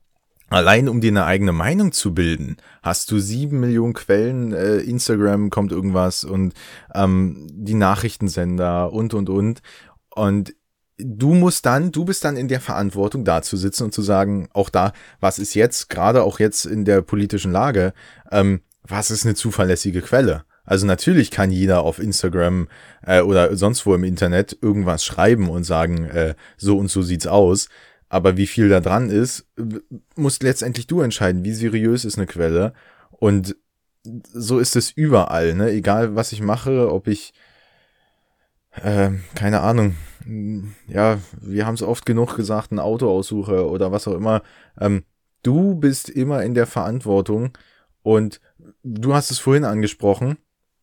allein um dir eine eigene Meinung zu bilden, hast du sieben Millionen Quellen, äh, Instagram kommt irgendwas und ähm, die Nachrichtensender und, und, und. Und du musst dann, du bist dann in der Verantwortung, da zu sitzen und zu sagen, auch da, was ist jetzt, gerade auch jetzt in der politischen Lage, ähm, was ist eine zuverlässige Quelle? Also natürlich kann jeder auf Instagram äh, oder sonst wo im Internet irgendwas schreiben und sagen, äh, so und so sieht's aus. Aber wie viel da dran ist, musst letztendlich du entscheiden, wie seriös ist eine Quelle. Und so ist es überall, ne? Egal, was ich mache, ob ich, äh, keine Ahnung, ja, wir haben es oft genug gesagt, ein Auto aussuche oder was auch immer. Ähm, du bist immer in der Verantwortung und du hast es vorhin angesprochen.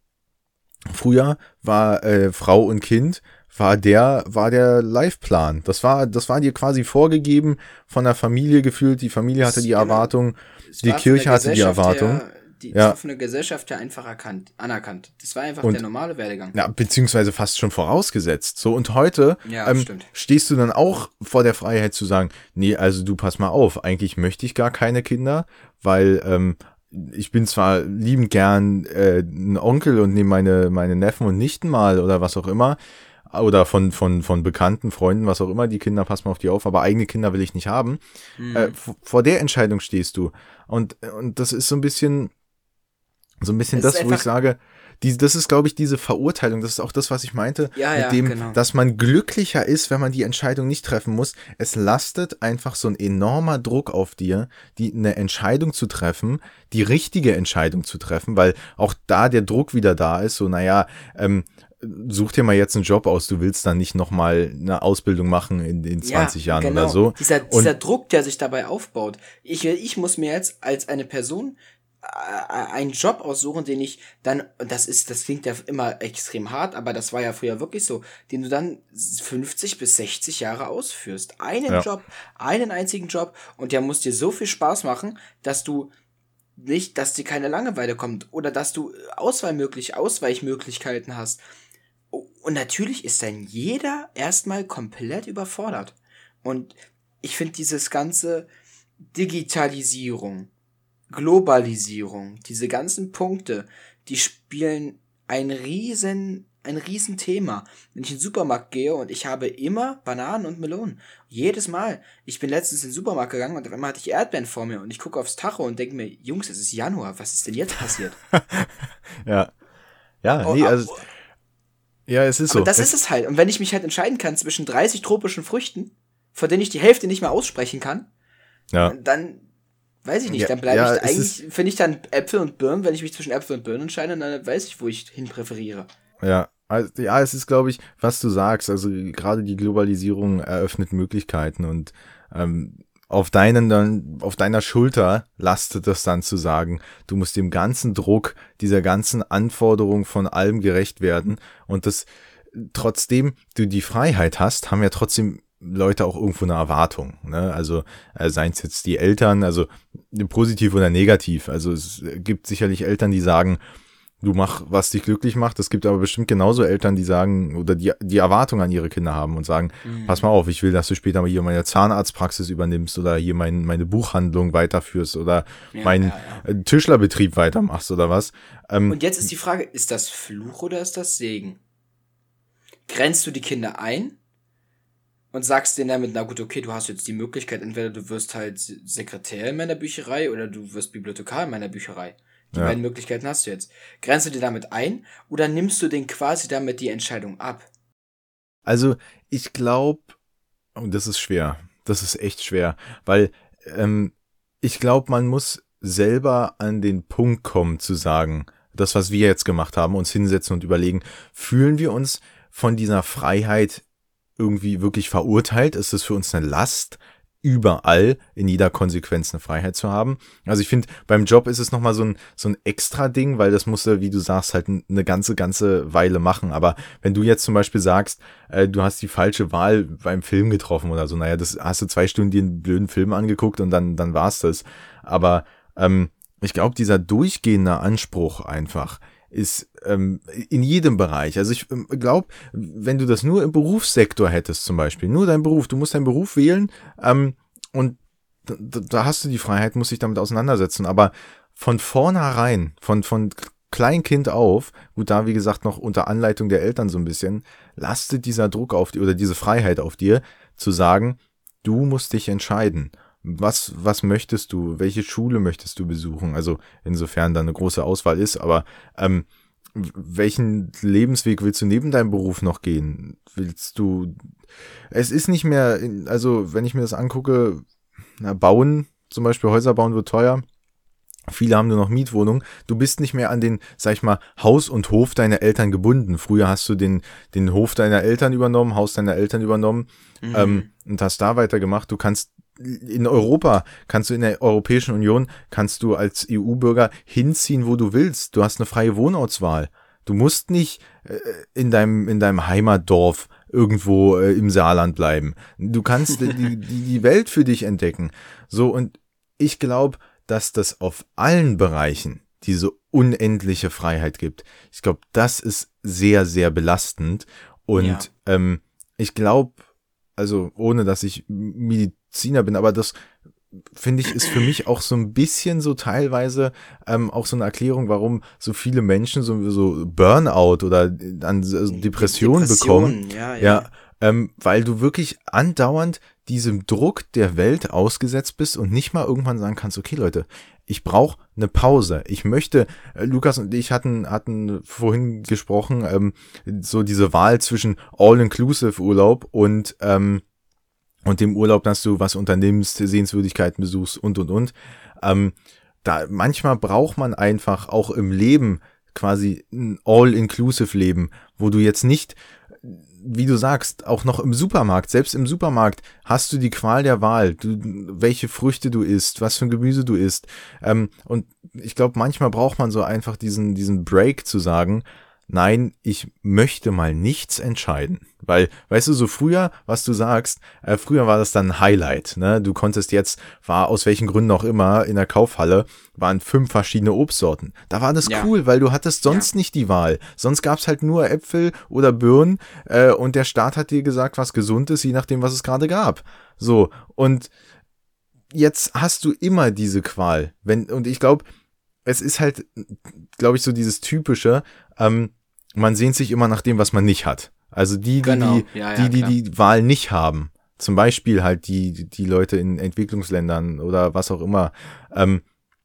Früher war äh, Frau und Kind war der war der Live-Plan. Das war das war dir quasi vorgegeben von der Familie gefühlt. Die Familie hatte die Erwartung, die Kirche hatte die Erwartung. Her, die ja. war von der Gesellschaft ja einfach erkannt, anerkannt. Das war einfach und, der normale Werdegang. Ja, beziehungsweise fast schon vorausgesetzt. So, und heute ja, ähm, stehst du dann auch vor der Freiheit zu sagen, nee, also du pass mal auf, eigentlich möchte ich gar keine Kinder, weil ähm, ich bin zwar liebend gern äh, ein Onkel und nehme meine meine Neffen und Nichten mal oder was auch immer oder von von von Bekannten, Freunden, was auch immer, die Kinder, pass mal auf die auf, aber eigene Kinder will ich nicht haben. Mhm. Äh, vor der Entscheidung stehst du und und das ist so ein bisschen so ein bisschen das, das wo ich sage, die, das ist, glaube ich, diese Verurteilung, das ist auch das, was ich meinte, ja, mit ja, dem, genau. dass man glücklicher ist, wenn man die Entscheidung nicht treffen muss. Es lastet einfach so ein enormer Druck auf dir, die eine Entscheidung zu treffen, die richtige Entscheidung zu treffen, weil auch da der Druck wieder da ist, so, naja, ähm, such dir mal jetzt einen Job aus, du willst dann nicht nochmal eine Ausbildung machen in, in zwanzig ja, Jahren genau. oder so. Dieser, dieser Druck, der sich dabei aufbaut. Ich, ich muss mir jetzt als eine Person einen Job aussuchen, den ich dann, das ist, das klingt ja immer extrem hart, aber das war ja früher wirklich so, den du dann fünfzig bis sechzig Jahre ausführst. Einen Ja. Job, einen einzigen Job, und der muss dir so viel Spaß machen, dass du nicht, dass dir keine Langeweile kommt oder dass du Auswahlmöglich, Ausweichmöglichkeiten hast. Und natürlich ist dann jeder erstmal komplett überfordert. Und ich finde dieses ganze Digitalisierung, Globalisierung, diese ganzen Punkte, die spielen ein riesen, ein riesen Thema. Wenn ich in den Supermarkt gehe und ich habe immer Bananen und Melonen. Jedes Mal. Ich bin letztens in den Supermarkt gegangen und auf einmal hatte ich Erdbeeren vor mir und ich gucke aufs Tacho und denke mir, Jungs, es ist Januar, was ist denn jetzt passiert? Ja. Ja, Oh, nee, ah, also, oh, ja, es ist aber so. das Es, ist es halt. Und wenn ich mich halt entscheiden kann zwischen dreißig tropischen Früchten, von denen ich die Hälfte nicht mehr aussprechen kann, ja. dann weiß ich nicht, Ja, dann bleibe ja, ich es eigentlich, finde ich dann Äpfel und Birnen, wenn ich mich zwischen Äpfel und Birnen entscheide, dann weiß ich, wo ich hin präferiere. Ja, also, ja, es ist, glaube ich, was du sagst. Also gerade die Globalisierung eröffnet Möglichkeiten und ähm, auf deinen dann, auf deiner Schulter lastet das dann zu sagen, du musst dem ganzen Druck, dieser ganzen Anforderung von allem gerecht werden und das trotzdem du die Freiheit hast, haben ja trotzdem Leute auch irgendwo eine Erwartung, ne? Also äh, seien es jetzt die Eltern, also positiv oder negativ. Also es gibt sicherlich Eltern, die sagen, du mach, was dich glücklich macht. Es gibt aber bestimmt genauso Eltern, die sagen oder die die Erwartung an ihre Kinder haben und sagen, Mhm. pass mal auf, ich will, dass du später mal hier meine Zahnarztpraxis übernimmst oder hier mein, meine Buchhandlung weiterführst oder Ja, meinen ja, ja. äh, Tischlerbetrieb weitermachst oder was. Ähm, Und jetzt ist die Frage, ist das Fluch oder ist das Segen? Grenzt du die Kinder ein und sagst denen damit, na gut, okay, du hast jetzt die Möglichkeit, entweder du wirst halt Sekretär in meiner Bücherei oder du wirst Bibliothekar in meiner Bücherei. Die Ja. beiden Möglichkeiten hast du jetzt. Grenzt du dir damit ein oder nimmst du denen quasi damit die Entscheidung ab? Also ich glaube, und das ist schwer, das ist echt schwer, weil ähm, ich glaube, man muss selber an den Punkt kommen zu sagen, das, was wir jetzt gemacht haben, uns hinsetzen und überlegen, fühlen wir uns von dieser Freiheit irgendwie wirklich verurteilt? Ist es für uns eine Last, überall in jeder Konsequenz eine Freiheit zu haben? Also ich finde, beim Job ist es nochmal so ein, so ein extra Ding, weil das musst du, wie du sagst, halt eine ganze, ganze Weile machen. Aber wenn du jetzt zum Beispiel sagst, äh, du hast die falsche Wahl beim Film getroffen oder so, naja, das hast du zwei Stunden dir einen blöden Film angeguckt und dann, dann war's das. Aber ähm, ich glaube, dieser durchgehende Anspruch einfach ist ähm, in jedem Bereich. Also ich ähm, glaube, wenn du das nur im Berufssektor hättest zum Beispiel, nur dein Beruf, du musst deinen Beruf wählen ähm, und da, da hast du die Freiheit, musst dich damit auseinandersetzen. Aber von vornherein, von, von Kleinkind auf, gut, da wie gesagt noch unter Anleitung der Eltern so ein bisschen, lastet dieser Druck auf dir oder diese Freiheit auf dir, zu sagen, du musst dich entscheiden. Was, was möchtest du? Welche Schule möchtest du besuchen? Also insofern da eine große Auswahl ist, aber ähm, welchen Lebensweg willst du neben deinem Beruf noch gehen? Willst du, es ist nicht mehr, also wenn ich mir das angucke, na, bauen, zum Beispiel Häuser bauen wird teuer. Viele haben nur noch Mietwohnungen. Du bist nicht mehr an den, sag ich mal, Haus und Hof deiner Eltern gebunden. Früher hast du den, den Hof deiner Eltern übernommen, Haus deiner Eltern übernommen Mhm. ähm, und hast da weitergemacht. Du kannst in Europa, kannst du in der Europäischen Union, kannst du als E U-Bürger hinziehen, wo du willst. Du hast eine freie Wohnortswahl. Du musst nicht äh, in deinem in deinem Heimatdorf irgendwo äh, im Saarland bleiben. Du kannst die, die, die Welt für dich entdecken. So, und ich glaube, dass das auf allen Bereichen diese unendliche Freiheit gibt. Ich glaube, das ist sehr, sehr belastend. Und Ja. ähm, ich glaube, also ohne dass ich Mediziner bin, aber das finde ich, ist für mich auch so ein bisschen so teilweise ähm, auch so eine Erklärung, warum so viele Menschen so, so Burnout oder an so Depressionen bekommen. Ja, ja. Ja, ähm, weil du wirklich andauernd diesem Druck der Welt ausgesetzt bist und nicht mal irgendwann sagen kannst, okay Leute, ich brauche eine Pause. Ich möchte, äh, Lukas und ich hatten hatten vorhin gesprochen, ähm, so diese Wahl zwischen All-Inclusive-Urlaub und ähm, und dem Urlaub, dass du was unternimmst, Sehenswürdigkeiten besuchst und und und. Ähm, da manchmal braucht man einfach auch im Leben quasi ein All-Inclusive-Leben, wo du jetzt nicht wie du sagst, auch noch im Supermarkt, selbst im Supermarkt hast du die Qual der Wahl, du, welche Früchte du isst, was für ein Gemüse du isst. Ähm, und ich glaube, manchmal braucht man so einfach diesen, diesen Break zu sagen, nein, ich möchte mal nichts entscheiden. Weil, weißt du, so früher, was du sagst, äh, früher war das dann ein Highlight, ne? Du konntest jetzt, war aus welchen Gründen auch immer, in der Kaufhalle, waren fünf verschiedene Obstsorten. Da war das Ja. cool, weil du hattest sonst ja. nicht die Wahl. Sonst gab's halt nur Äpfel oder Birnen äh, und der Staat hat dir gesagt, was gesund ist, je nachdem, was es gerade gab. So, und jetzt hast du immer diese Qual. Wenn, und ich glaube, es ist halt, glaube ich, so dieses typische, ähm, man sehnt sich immer nach dem, was man nicht hat. Also die, die, Genau. die, ja, die, ja, die, die Wahl nicht haben. Zum Beispiel halt die, die Leute in Entwicklungsländern oder was auch immer, ähm,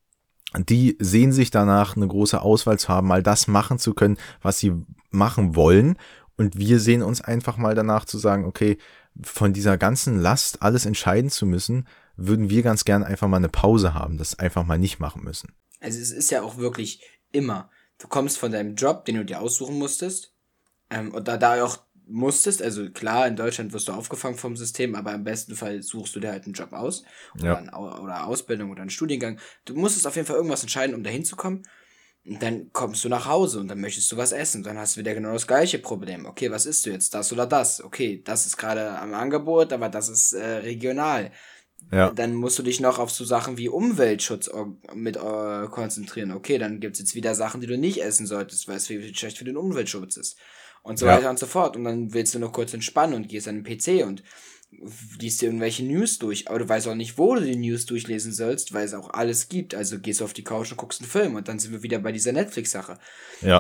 die sehen sich danach, eine große Auswahl zu haben, mal das machen zu können, was sie machen wollen. Und wir sehen uns einfach mal danach zu sagen, okay, von dieser ganzen Last, alles entscheiden zu müssen, würden wir ganz gern einfach mal eine Pause haben, das einfach mal nicht machen müssen. Also es ist ja auch wirklich immer, du kommst von deinem Job, den du dir aussuchen musstest, ähm, und da da auch musstest, also klar, in Deutschland wirst du aufgefangen vom System, aber im besten Fall suchst du dir halt einen Job aus, oder, Ja. ein, oder Ausbildung oder einen Studiengang. Du musstest auf jeden Fall irgendwas entscheiden, um da hinzukommen. Und dann kommst du nach Hause und dann möchtest du was essen. Dann hast du wieder genau das gleiche Problem. Okay, was isst du jetzt? Das oder das? Okay, das ist gerade am Angebot, aber das ist äh, regional. Ja. Dann musst du dich noch auf so Sachen wie Umweltschutz mit äh, konzentrieren. Okay, dann gibt's jetzt wieder Sachen, die du nicht essen solltest, weil es viel schlecht für den Umweltschutz ist. Und so Ja. weiter und so fort. Und dann willst du noch kurz entspannen und gehst an den P C und liest dir irgendwelche News durch. Aber du weißt auch nicht, wo du die News durchlesen sollst, weil es auch alles gibt. Also gehst du auf die Couch und guckst einen Film. Und dann sind wir wieder bei dieser Netflix-Sache. Ja.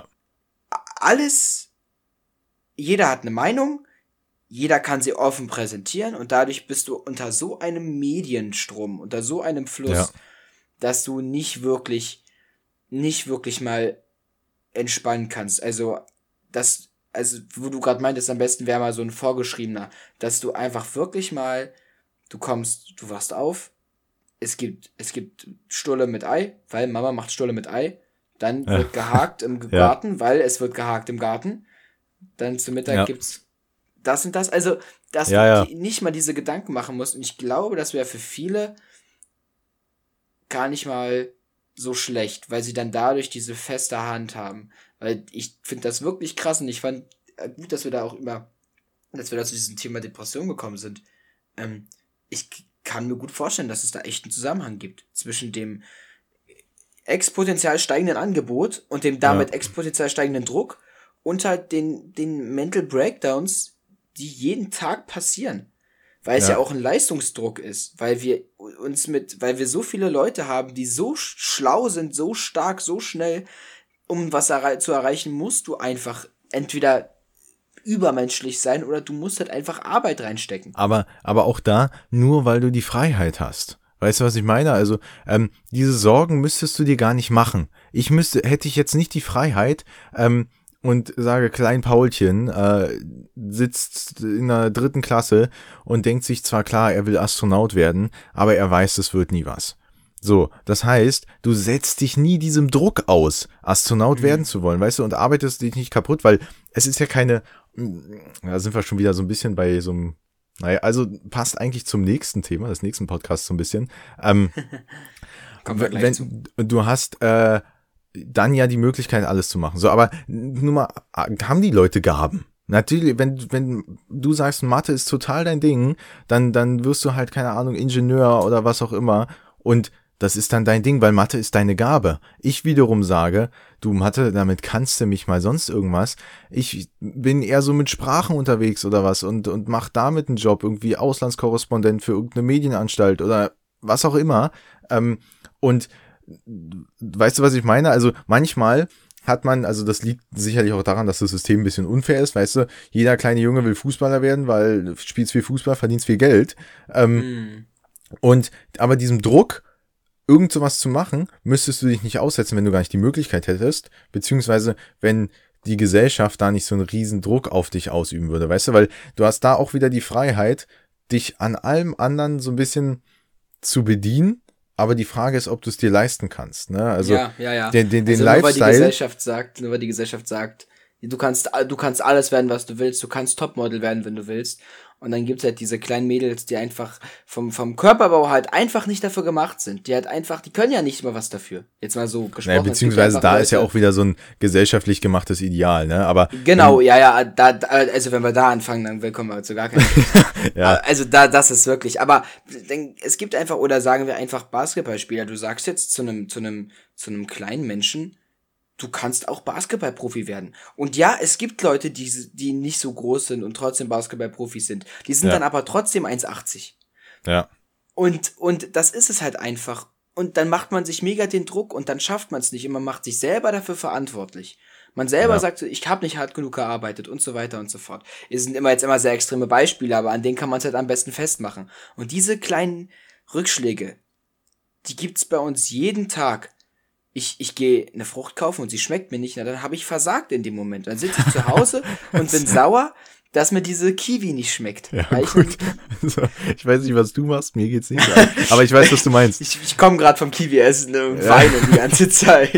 Alles, jeder hat eine Meinung. Jeder kann sie offen präsentieren und dadurch bist du unter so einem Medienstrom, unter so einem Fluss, Ja. dass du nicht wirklich, nicht wirklich mal entspannen kannst. Also, das, also, wo du gerade meintest, am besten wäre mal so ein vorgeschriebener, dass du einfach wirklich mal, du kommst, du wachst auf, es gibt, es gibt Stulle mit Ei, weil Mama macht Stulle mit Ei, dann Ja. wird gehakt im Ja. Garten, weil es wird gehakt im Garten, dann zum Mittag Ja. gibt's das und das, also, dass Ja, du ja. die nicht mal diese Gedanken machen musst. Und ich glaube, das wäre für viele gar nicht mal so schlecht, weil sie dann dadurch diese feste Hand haben. Weil ich finde das wirklich krass und ich fand äh, gut, dass wir da auch immer, dass wir da zu diesem Thema Depression gekommen sind. Ähm, ich k- kann mir gut vorstellen, dass es da echt einen Zusammenhang gibt zwischen dem exponentiell steigenden Angebot und dem damit Ja. exponentiell steigenden Druck und halt den, den Mental Breakdowns, die jeden Tag passieren. Weil es ja. Ja. auch ein Leistungsdruck ist, weil wir uns mit, weil wir so viele Leute haben, die so sch- schlau sind, so stark, so schnell, um was errei- zu erreichen, musst du einfach entweder übermenschlich sein oder du musst halt einfach Arbeit reinstecken. Aber, aber auch da, nur weil du die Freiheit hast. Weißt du, was ich meine? Also, ähm, diese Sorgen müsstest du dir gar nicht machen. Ich müsste, hätte ich jetzt nicht die Freiheit, ähm, und sage, Klein Paulchen äh, sitzt in der dritten Klasse und denkt sich zwar klar, er will Astronaut werden, aber er weiß, es wird nie was. So, das heißt, du setzt dich nie diesem Druck aus, Astronaut Mhm. werden zu wollen, weißt du, und arbeitest dich nicht kaputt, weil es ist ja keine, da sind wir schon wieder so ein bisschen bei so einem, naja, also passt eigentlich zum nächsten Thema, des nächsten Podcasts so ein bisschen. Ähm, Kommen wir gleich wenn, zu. Du hast äh, dann ja die Möglichkeit, alles zu machen. So, aber nur mal, haben die Leute Gaben? Natürlich, wenn, wenn du sagst, Mathe ist total dein Ding, dann, dann wirst du halt, keine Ahnung, Ingenieur oder was auch immer. Und das ist dann dein Ding, weil Mathe ist deine Gabe. Ich wiederum sage, du Mathe, damit kannst du mich mal sonst irgendwas. Ich bin eher so mit Sprachen unterwegs oder was und, und mach damit einen Job, irgendwie Auslandskorrespondent für irgendeine Medienanstalt oder was auch immer. Ähm, und weißt du, was ich meine? Also manchmal hat man, also das liegt sicherlich auch daran, dass das System ein bisschen unfair ist, weißt du, jeder kleine Junge will Fußballer werden, weil du spielst viel Fußball, verdienst viel Geld. Ähm, Mhm. Und aber diesem Druck, irgend sowas zu machen, müsstest du dich nicht aussetzen, wenn du gar nicht die Möglichkeit hättest, beziehungsweise wenn die Gesellschaft da nicht so einen riesen Druck auf dich ausüben würde, weißt du, weil du hast da auch wieder die Freiheit, dich an allem anderen so ein bisschen zu bedienen, aber die Frage ist, ob du es dir leisten kannst, ne? Also ja, ja, ja. den, den, den also nur weil die Lifestyle, Gesellschaft sagt, nur weil die Gesellschaft sagt, Du kannst, du kannst alles werden, was du willst. Du kannst Topmodel werden, wenn du willst. Und dann gibt's halt diese kleinen Mädels, die einfach vom, vom Körperbau halt einfach nicht dafür gemacht sind. Die halt einfach, die können ja nicht mal was dafür. Jetzt mal so gesprochen. Naja, beziehungsweise da Leute, ist ja auch wieder so ein gesellschaftlich gemachtes Ideal, ne? Aber genau, ja, ja, da, da, also wenn wir da anfangen, dann kommen wir zu gar keinen. Ja. Also da, das ist wirklich. Aber denn, es gibt einfach, oder sagen wir einfach Basketballspieler. Du sagst jetzt zu einem, zu einem, zu einem kleinen Menschen, du kannst auch Basketballprofi werden. Und ja, es gibt Leute, die, die nicht so groß sind und trotzdem Basketballprofis sind. Die sind ja. dann aber trotzdem eins achtzig. Ja. Und, und das ist es halt einfach. Und dann macht man sich mega den Druck und dann schafft man es nicht. Und man macht sich selber dafür verantwortlich. Man selber ja. sagt so, ich habe nicht hart genug gearbeitet und so weiter und so fort. Es sind immer jetzt immer sehr extreme Beispiele, aber an denen kann man es halt am besten festmachen. Und diese kleinen Rückschläge, die gibt's bei uns jeden Tag. Ich, ich gehe eine Frucht kaufen und sie schmeckt mir nicht, na, dann habe ich versagt in dem Moment. Dann sitze ich zu Hause und bin sauer, dass mir diese Kiwi nicht schmeckt. Ja, ich, gut. Also, ich weiß nicht, was du machst, mir geht's nicht an. Aber ich weiß, was du meinst. ich ich komme gerade vom Kiwi-Essen und ja. weine die ganze Zeit.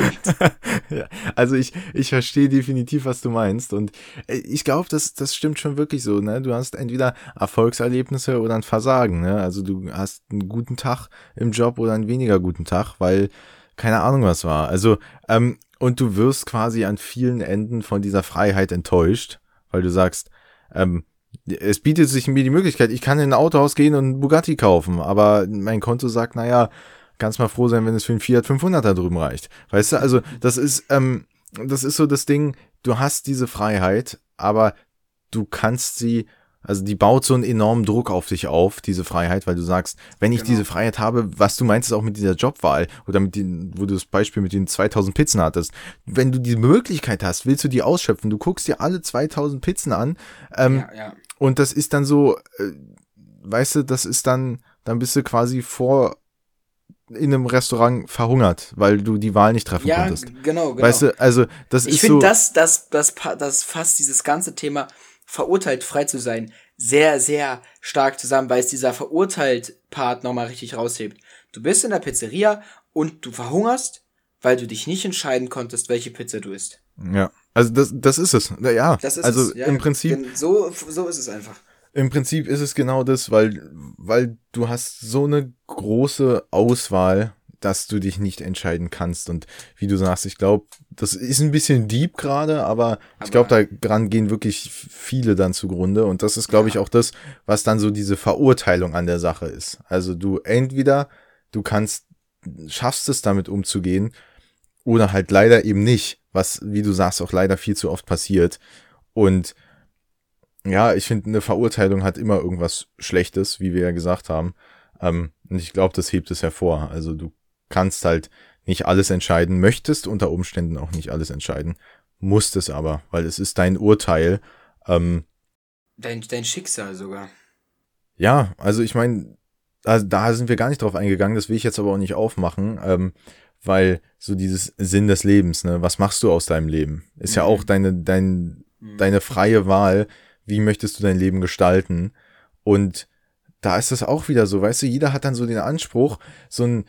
Ja, also ich, ich verstehe definitiv, was du meinst. Und ich glaube, das, das stimmt schon wirklich so. Ne? Du hast entweder Erfolgserlebnisse oder ein Versagen. Ne? Also du hast einen guten Tag im Job oder einen weniger guten Tag, weil keine Ahnung, was war. Also, ähm, und du wirst quasi an vielen Enden von dieser Freiheit enttäuscht, weil du sagst, ähm, es bietet sich mir die Möglichkeit, ich kann in ein Autohaus gehen und einen Bugatti kaufen, aber mein Konto sagt, naja, kannst mal froh sein, wenn es für einen Fiat fünfhundert da drüben reicht. Weißt du, also, das ist, ähm, das ist so das Ding, du hast diese Freiheit, aber du kannst sie, also die baut so einen enormen Druck auf dich auf, diese Freiheit, weil du sagst, wenn ich genau. diese Freiheit habe, was du meinst auch mit dieser Jobwahl oder mit den, wo du das Beispiel mit den zweitausend Pizzen hattest, wenn du die Möglichkeit hast, willst du die ausschöpfen, du guckst dir alle zweitausend Pizzen an ähm, ja, ja. und das ist dann so, äh, weißt du, das ist dann, dann bist du quasi vor in einem Restaurant verhungert, weil du die Wahl nicht treffen ja, konntest. Genau, genau. Weißt du, also das ich ist find, so. Ich finde, das, das, das, das fasst dieses ganze Thema verurteilt frei zu sein sehr, sehr stark zusammen, weil es dieser verurteilt Part nochmal richtig raushebt. Du bist in der Pizzeria und du verhungerst, weil du dich nicht entscheiden konntest, welche Pizza du isst. Ja, also das, das ist es. Ja, das ist also es. Ja, im Prinzip. So, so ist es einfach. Im Prinzip ist es genau das, weil, weil du hast so eine große Auswahl, dass du dich nicht entscheiden kannst. Und wie du sagst, ich glaube, das ist ein bisschen deep gerade, aber, aber ich glaube, daran gehen wirklich viele dann zugrunde. Und das ist, glaube ja. ich, auch das, was dann so diese Verurteilung an der Sache ist. Also du entweder, du kannst, schaffst es damit umzugehen oder halt leider eben nicht, was, wie du sagst, auch leider viel zu oft passiert. Und ja, ich finde, eine Verurteilung hat immer irgendwas Schlechtes, wie wir ja gesagt haben. Ähm, und ich glaube, das hebt es hervor. Also du kannst halt nicht alles entscheiden, möchtest unter Umständen auch nicht alles entscheiden, musst es aber, weil es ist dein Urteil. Ähm, dein, dein Schicksal sogar. Ja, also ich meine, also da sind wir gar nicht drauf eingegangen, das will ich jetzt aber auch nicht aufmachen, ähm, weil so dieses Sinn des Lebens, ne, was machst du aus deinem Leben? Ist mhm. ja auch deine, dein, mhm. deine freie Wahl, wie möchtest du dein Leben gestalten? Und da ist das auch wieder so, weißt du, jeder hat dann so den Anspruch, so ein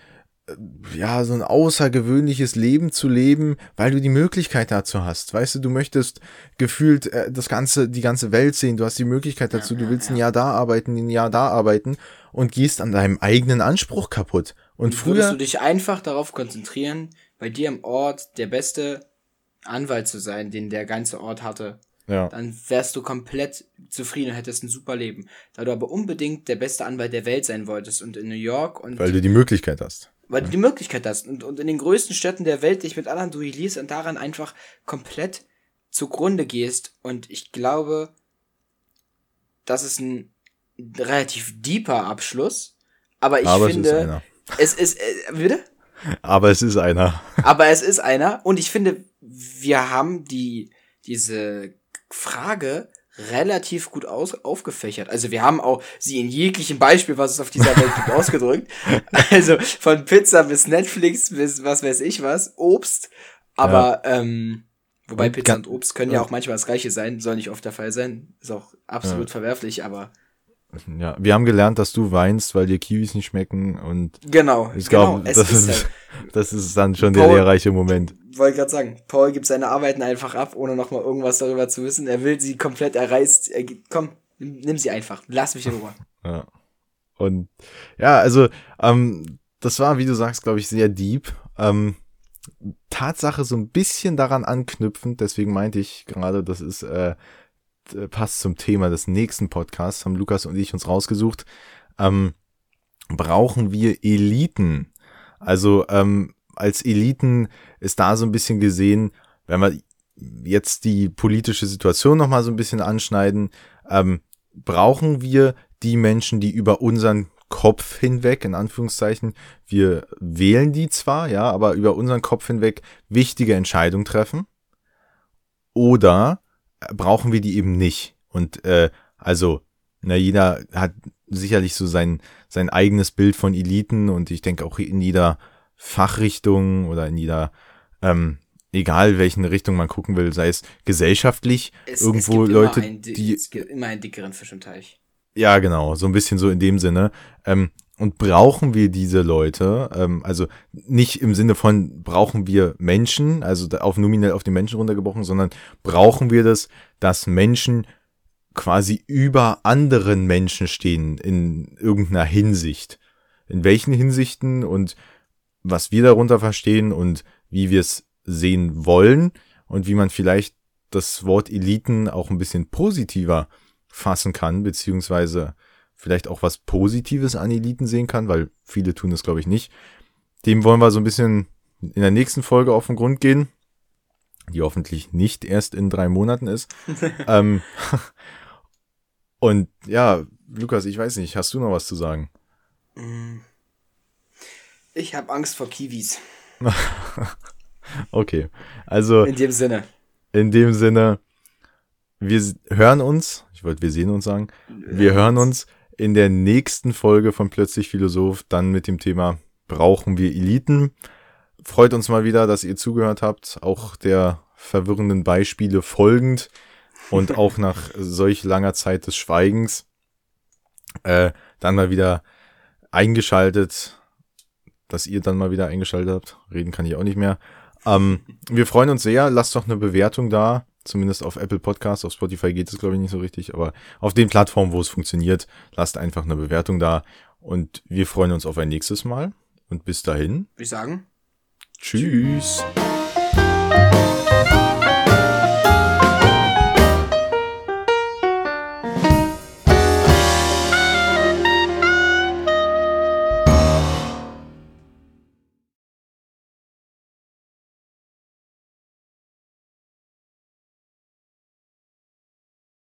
ja, so ein außergewöhnliches Leben zu leben, weil du die Möglichkeit dazu hast. Weißt du, du möchtest gefühlt äh, das ganze, die ganze Welt sehen, du hast die Möglichkeit dazu, ja, du willst ja, ja. ein Jahr da arbeiten, ein Jahr da arbeiten und gehst an deinem eigenen Anspruch kaputt. Und, und früher würdest du dich einfach darauf konzentrieren, bei dir im Ort der beste Anwalt zu sein, den der ganze Ort hatte, ja. dann wärst du komplett zufrieden und hättest ein super Leben. Da du aber unbedingt der beste Anwalt der Welt sein wolltest und in New York und weil du die Möglichkeit hast. Weil du die Möglichkeit hast und, und in den größten Städten der Welt dich mit anderen duellierst und daran einfach komplett zugrunde gehst. Und ich glaube, das ist ein relativ deeper Abschluss. Aber ich aber finde, es ist einer. es ist, äh, bitte? Aber es ist einer. Aber es ist einer. Und ich finde, wir haben die, diese Frage relativ gut aus, aufgefächert. Also wir haben auch sie in jeglichem Beispiel, was es auf dieser Welt gibt, ausgedrückt. Also von Pizza bis Netflix bis was weiß ich was, Obst. Aber, ja. ähm, wobei und Pizza und Obst können ja auch manchmal das Gleiche sein, soll nicht oft der Fall sein. Ist auch absolut ja. verwerflich, aber ja, wir haben gelernt, dass du weinst, weil dir Kiwis nicht schmecken und genau, ich genau. glaube, das, ist ist, halt, das ist dann schon Paul, der lehrreiche Moment. wollte gerade sagen, Paul gibt seine Arbeiten einfach ab, ohne nochmal irgendwas darüber zu wissen. Er will sie komplett erreißt. Er gibt, komm, nimm sie einfach. Lass mich in Ruhe. Ja. Und ja, also, ähm, das war, wie du sagst, glaube ich, sehr deep. Ähm, Tatsache so ein bisschen daran anknüpfend, deswegen meinte ich gerade, das ist, äh, passt zum Thema des nächsten Podcasts, haben Lukas und ich uns rausgesucht. Ähm, brauchen wir Eliten? Also, ähm, als Eliten ist da so ein bisschen gesehen, wenn wir jetzt die politische Situation nochmal so ein bisschen anschneiden, ähm, brauchen wir die Menschen, die über unseren Kopf hinweg, in Anführungszeichen, wir wählen die zwar, ja, aber über unseren Kopf hinweg wichtige Entscheidungen treffen, oder brauchen wir die eben nicht? Und äh, also, na, jeder hat sicherlich so sein, sein eigenes Bild von Eliten, und ich denke auch in jeder Fachrichtung oder in jeder, ähm, egal welchen Richtung man gucken will, sei es gesellschaftlich, Es, irgendwo es gibt Leute, immer einen, die, es gibt immer einen dickeren Fisch im Teich. ja genau, so ein bisschen so in dem Sinne, ähm, und brauchen wir diese Leute, ähm, also nicht im Sinne von brauchen wir Menschen, also auf nominell auf die Menschen runtergebrochen, sondern brauchen wir das, dass Menschen quasi über anderen Menschen stehen in irgendeiner Hinsicht. In welchen Hinsichten und was wir darunter verstehen und wie wir es sehen wollen und wie man vielleicht das Wort Eliten auch ein bisschen positiver fassen kann, beziehungsweise vielleicht auch was Positives an Eliten sehen kann, weil viele tun das, glaube ich, nicht. Dem wollen wir so ein bisschen in der nächsten Folge auf den Grund gehen, die hoffentlich nicht erst in drei Monaten ist. ähm, und ja, Lukas, ich weiß nicht, hast du noch was zu sagen? Ich habe Angst vor Kiwis. Okay, also In dem Sinne. in dem Sinne, wir hören uns, ich wollte wir sehen uns sagen, wir hören uns in der nächsten Folge von Plötzlich Philosoph, dann mit dem Thema brauchen wir Eliten. Freut uns mal wieder, dass ihr zugehört habt, auch der verwirrenden Beispiele folgend und auch nach solch langer Zeit des Schweigens äh, dann mal wieder eingeschaltet, dass ihr dann mal wieder eingeschaltet habt. Reden kann ich auch nicht mehr. Ähm, wir freuen uns sehr. Lasst doch eine Bewertung da. Zumindest auf Apple Podcasts. Auf Spotify geht es, glaube ich, nicht so richtig. Aber auf den Plattformen, wo es funktioniert, lasst einfach eine Bewertung da. Und wir freuen uns auf ein nächstes Mal. Und bis dahin. Würde ich sagen. Tschüss. Tschüss.